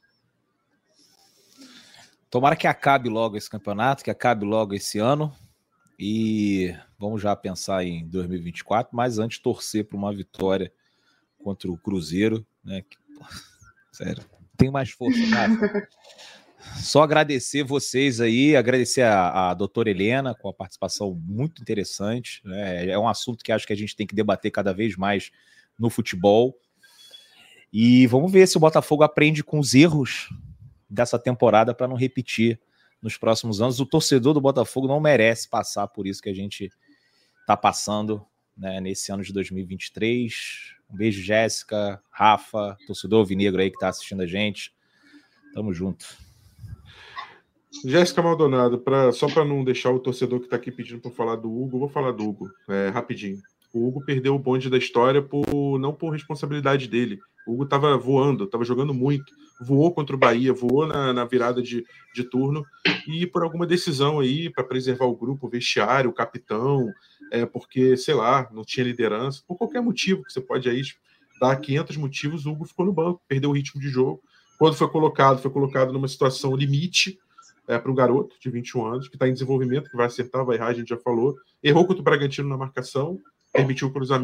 Tomara que acabe logo esse campeonato, que acabe logo esse ano, e vamos já pensar em dois mil e vinte e quatro, mas antes torcer para uma vitória contra o Cruzeiro, né? Que, pô, sério, tem mais força, cara. Só agradecer vocês aí, agradecer a, a doutora Helena com a participação muito interessante, né? É um assunto que acho que a gente tem que debater cada vez mais no futebol. E vamos ver se o Botafogo aprende com os erros dessa temporada para não repetir nos próximos anos. O torcedor do Botafogo não merece passar por isso que a gente está passando, né, nesse ano de dois mil e vinte e três. Um beijo, Jéssica, Rafa, torcedor alvinegro aí que está assistindo a gente. Tamo junto. Jéssica Maldonado, pra, só para não deixar o torcedor que está aqui pedindo para falar do Hugo, vou falar do Hugo, é, rapidinho. O Hugo perdeu o bonde da história por, não por responsabilidade dele. O Hugo estava voando, estava jogando muito. Voou contra o Bahia, voou na, na virada de, de turno, e por alguma decisão aí, para preservar o grupo, o vestiário, o capitão, é, porque, sei lá, não tinha liderança, por qualquer motivo que você pode aí dar quinhentos motivos, o Hugo ficou no banco, perdeu o ritmo de jogo. Quando foi colocado, foi colocado numa situação limite, é, para um garoto de vinte e um anos, que está em desenvolvimento, que vai acertar, vai errar, a gente já falou. Errou contra o Bragantino na marcação, permitiu o cruzamento,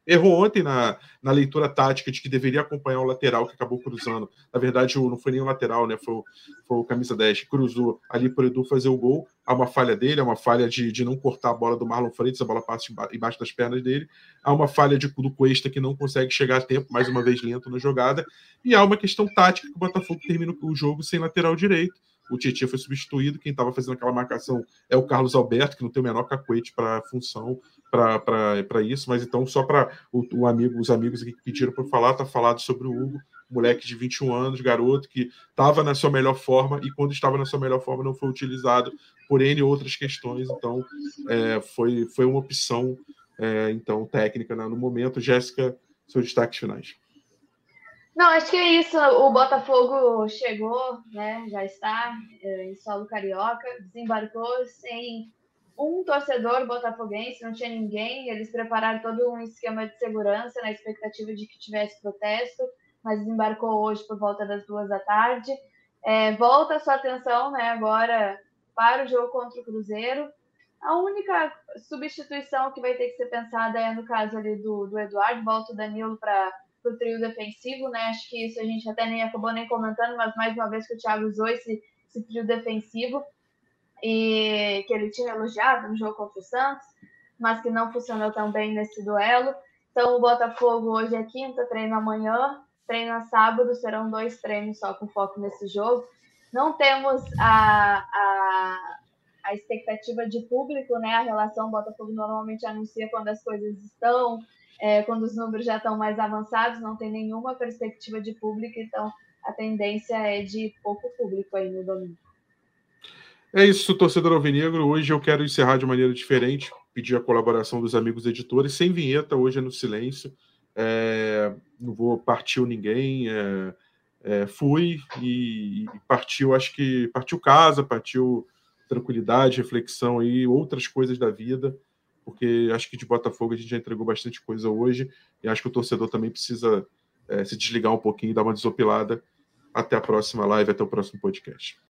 errou ontem na, na leitura tática de que deveria acompanhar o lateral que acabou cruzando. Na verdade, não foi nem o lateral, né? Foi, foi o camisa dez que cruzou ali para o Edu fazer o gol. Há uma falha dele, há uma falha de, de não cortar a bola do Marlon Freitas, a bola passa embaixo das pernas dele. Há uma falha de, do Cuesta que não consegue chegar a tempo, mais uma vez lento na jogada. E há uma questão tática que o Botafogo termina o jogo sem lateral direito. O Tietchan foi substituído, quem estava fazendo aquela marcação é o Carlos Alberto, que não tem o menor cacuete para a função, para isso, mas então só para o amigo, os amigos aqui que pediram para falar, está falado sobre o Hugo, moleque de vinte e um anos, garoto, que estava na sua melhor forma e quando estava na sua melhor forma não foi utilizado por N outras questões, então é, foi, foi uma opção é, então técnica, né, no momento. Jéssica, seus destaques finais. Não, acho que é isso. O Botafogo chegou, né? Já está é, em solo carioca, desembarcou sem um torcedor botafoguense, não tinha ninguém. Eles prepararam todo um esquema de segurança na expectativa de que tivesse protesto, mas desembarcou hoje por volta das duas da tarde. É, volta a sua atenção, né? Agora para o jogo contra o Cruzeiro. A única substituição que vai ter que ser pensada é no caso ali do, do Eduardo, volta o Danilo para o trio defensivo, né? Acho que isso a gente até nem acabou nem comentando, mas mais uma vez que o Thiago usou esse, esse trio defensivo e que ele tinha elogiado no jogo contra o Santos, mas que não funcionou tão bem nesse duelo. Então o Botafogo hoje é quinta, treina amanhã, treina sábado, serão dois treinos só com foco nesse jogo. Não temos a, a, a expectativa de público, né? A relação Botafogo normalmente anuncia quando as coisas estão É, quando os números já estão mais avançados, não tem nenhuma perspectiva de público, então a tendência é de pouco público aí no domingo. É isso, torcedor alvinegro. Hoje eu quero encerrar de maneira diferente, pedir a colaboração dos amigos editores, sem vinheta, hoje é no silêncio. É, não vou partir ninguém, é, é, fui e, e partiu, acho que partiu casa, partiu tranquilidade, reflexão aí, outras coisas da vida, porque acho que de Botafogo a gente já entregou bastante coisa hoje, e acho que o torcedor também precisa é, se desligar um pouquinho e dar uma desopilada. Até a próxima live, até o próximo podcast.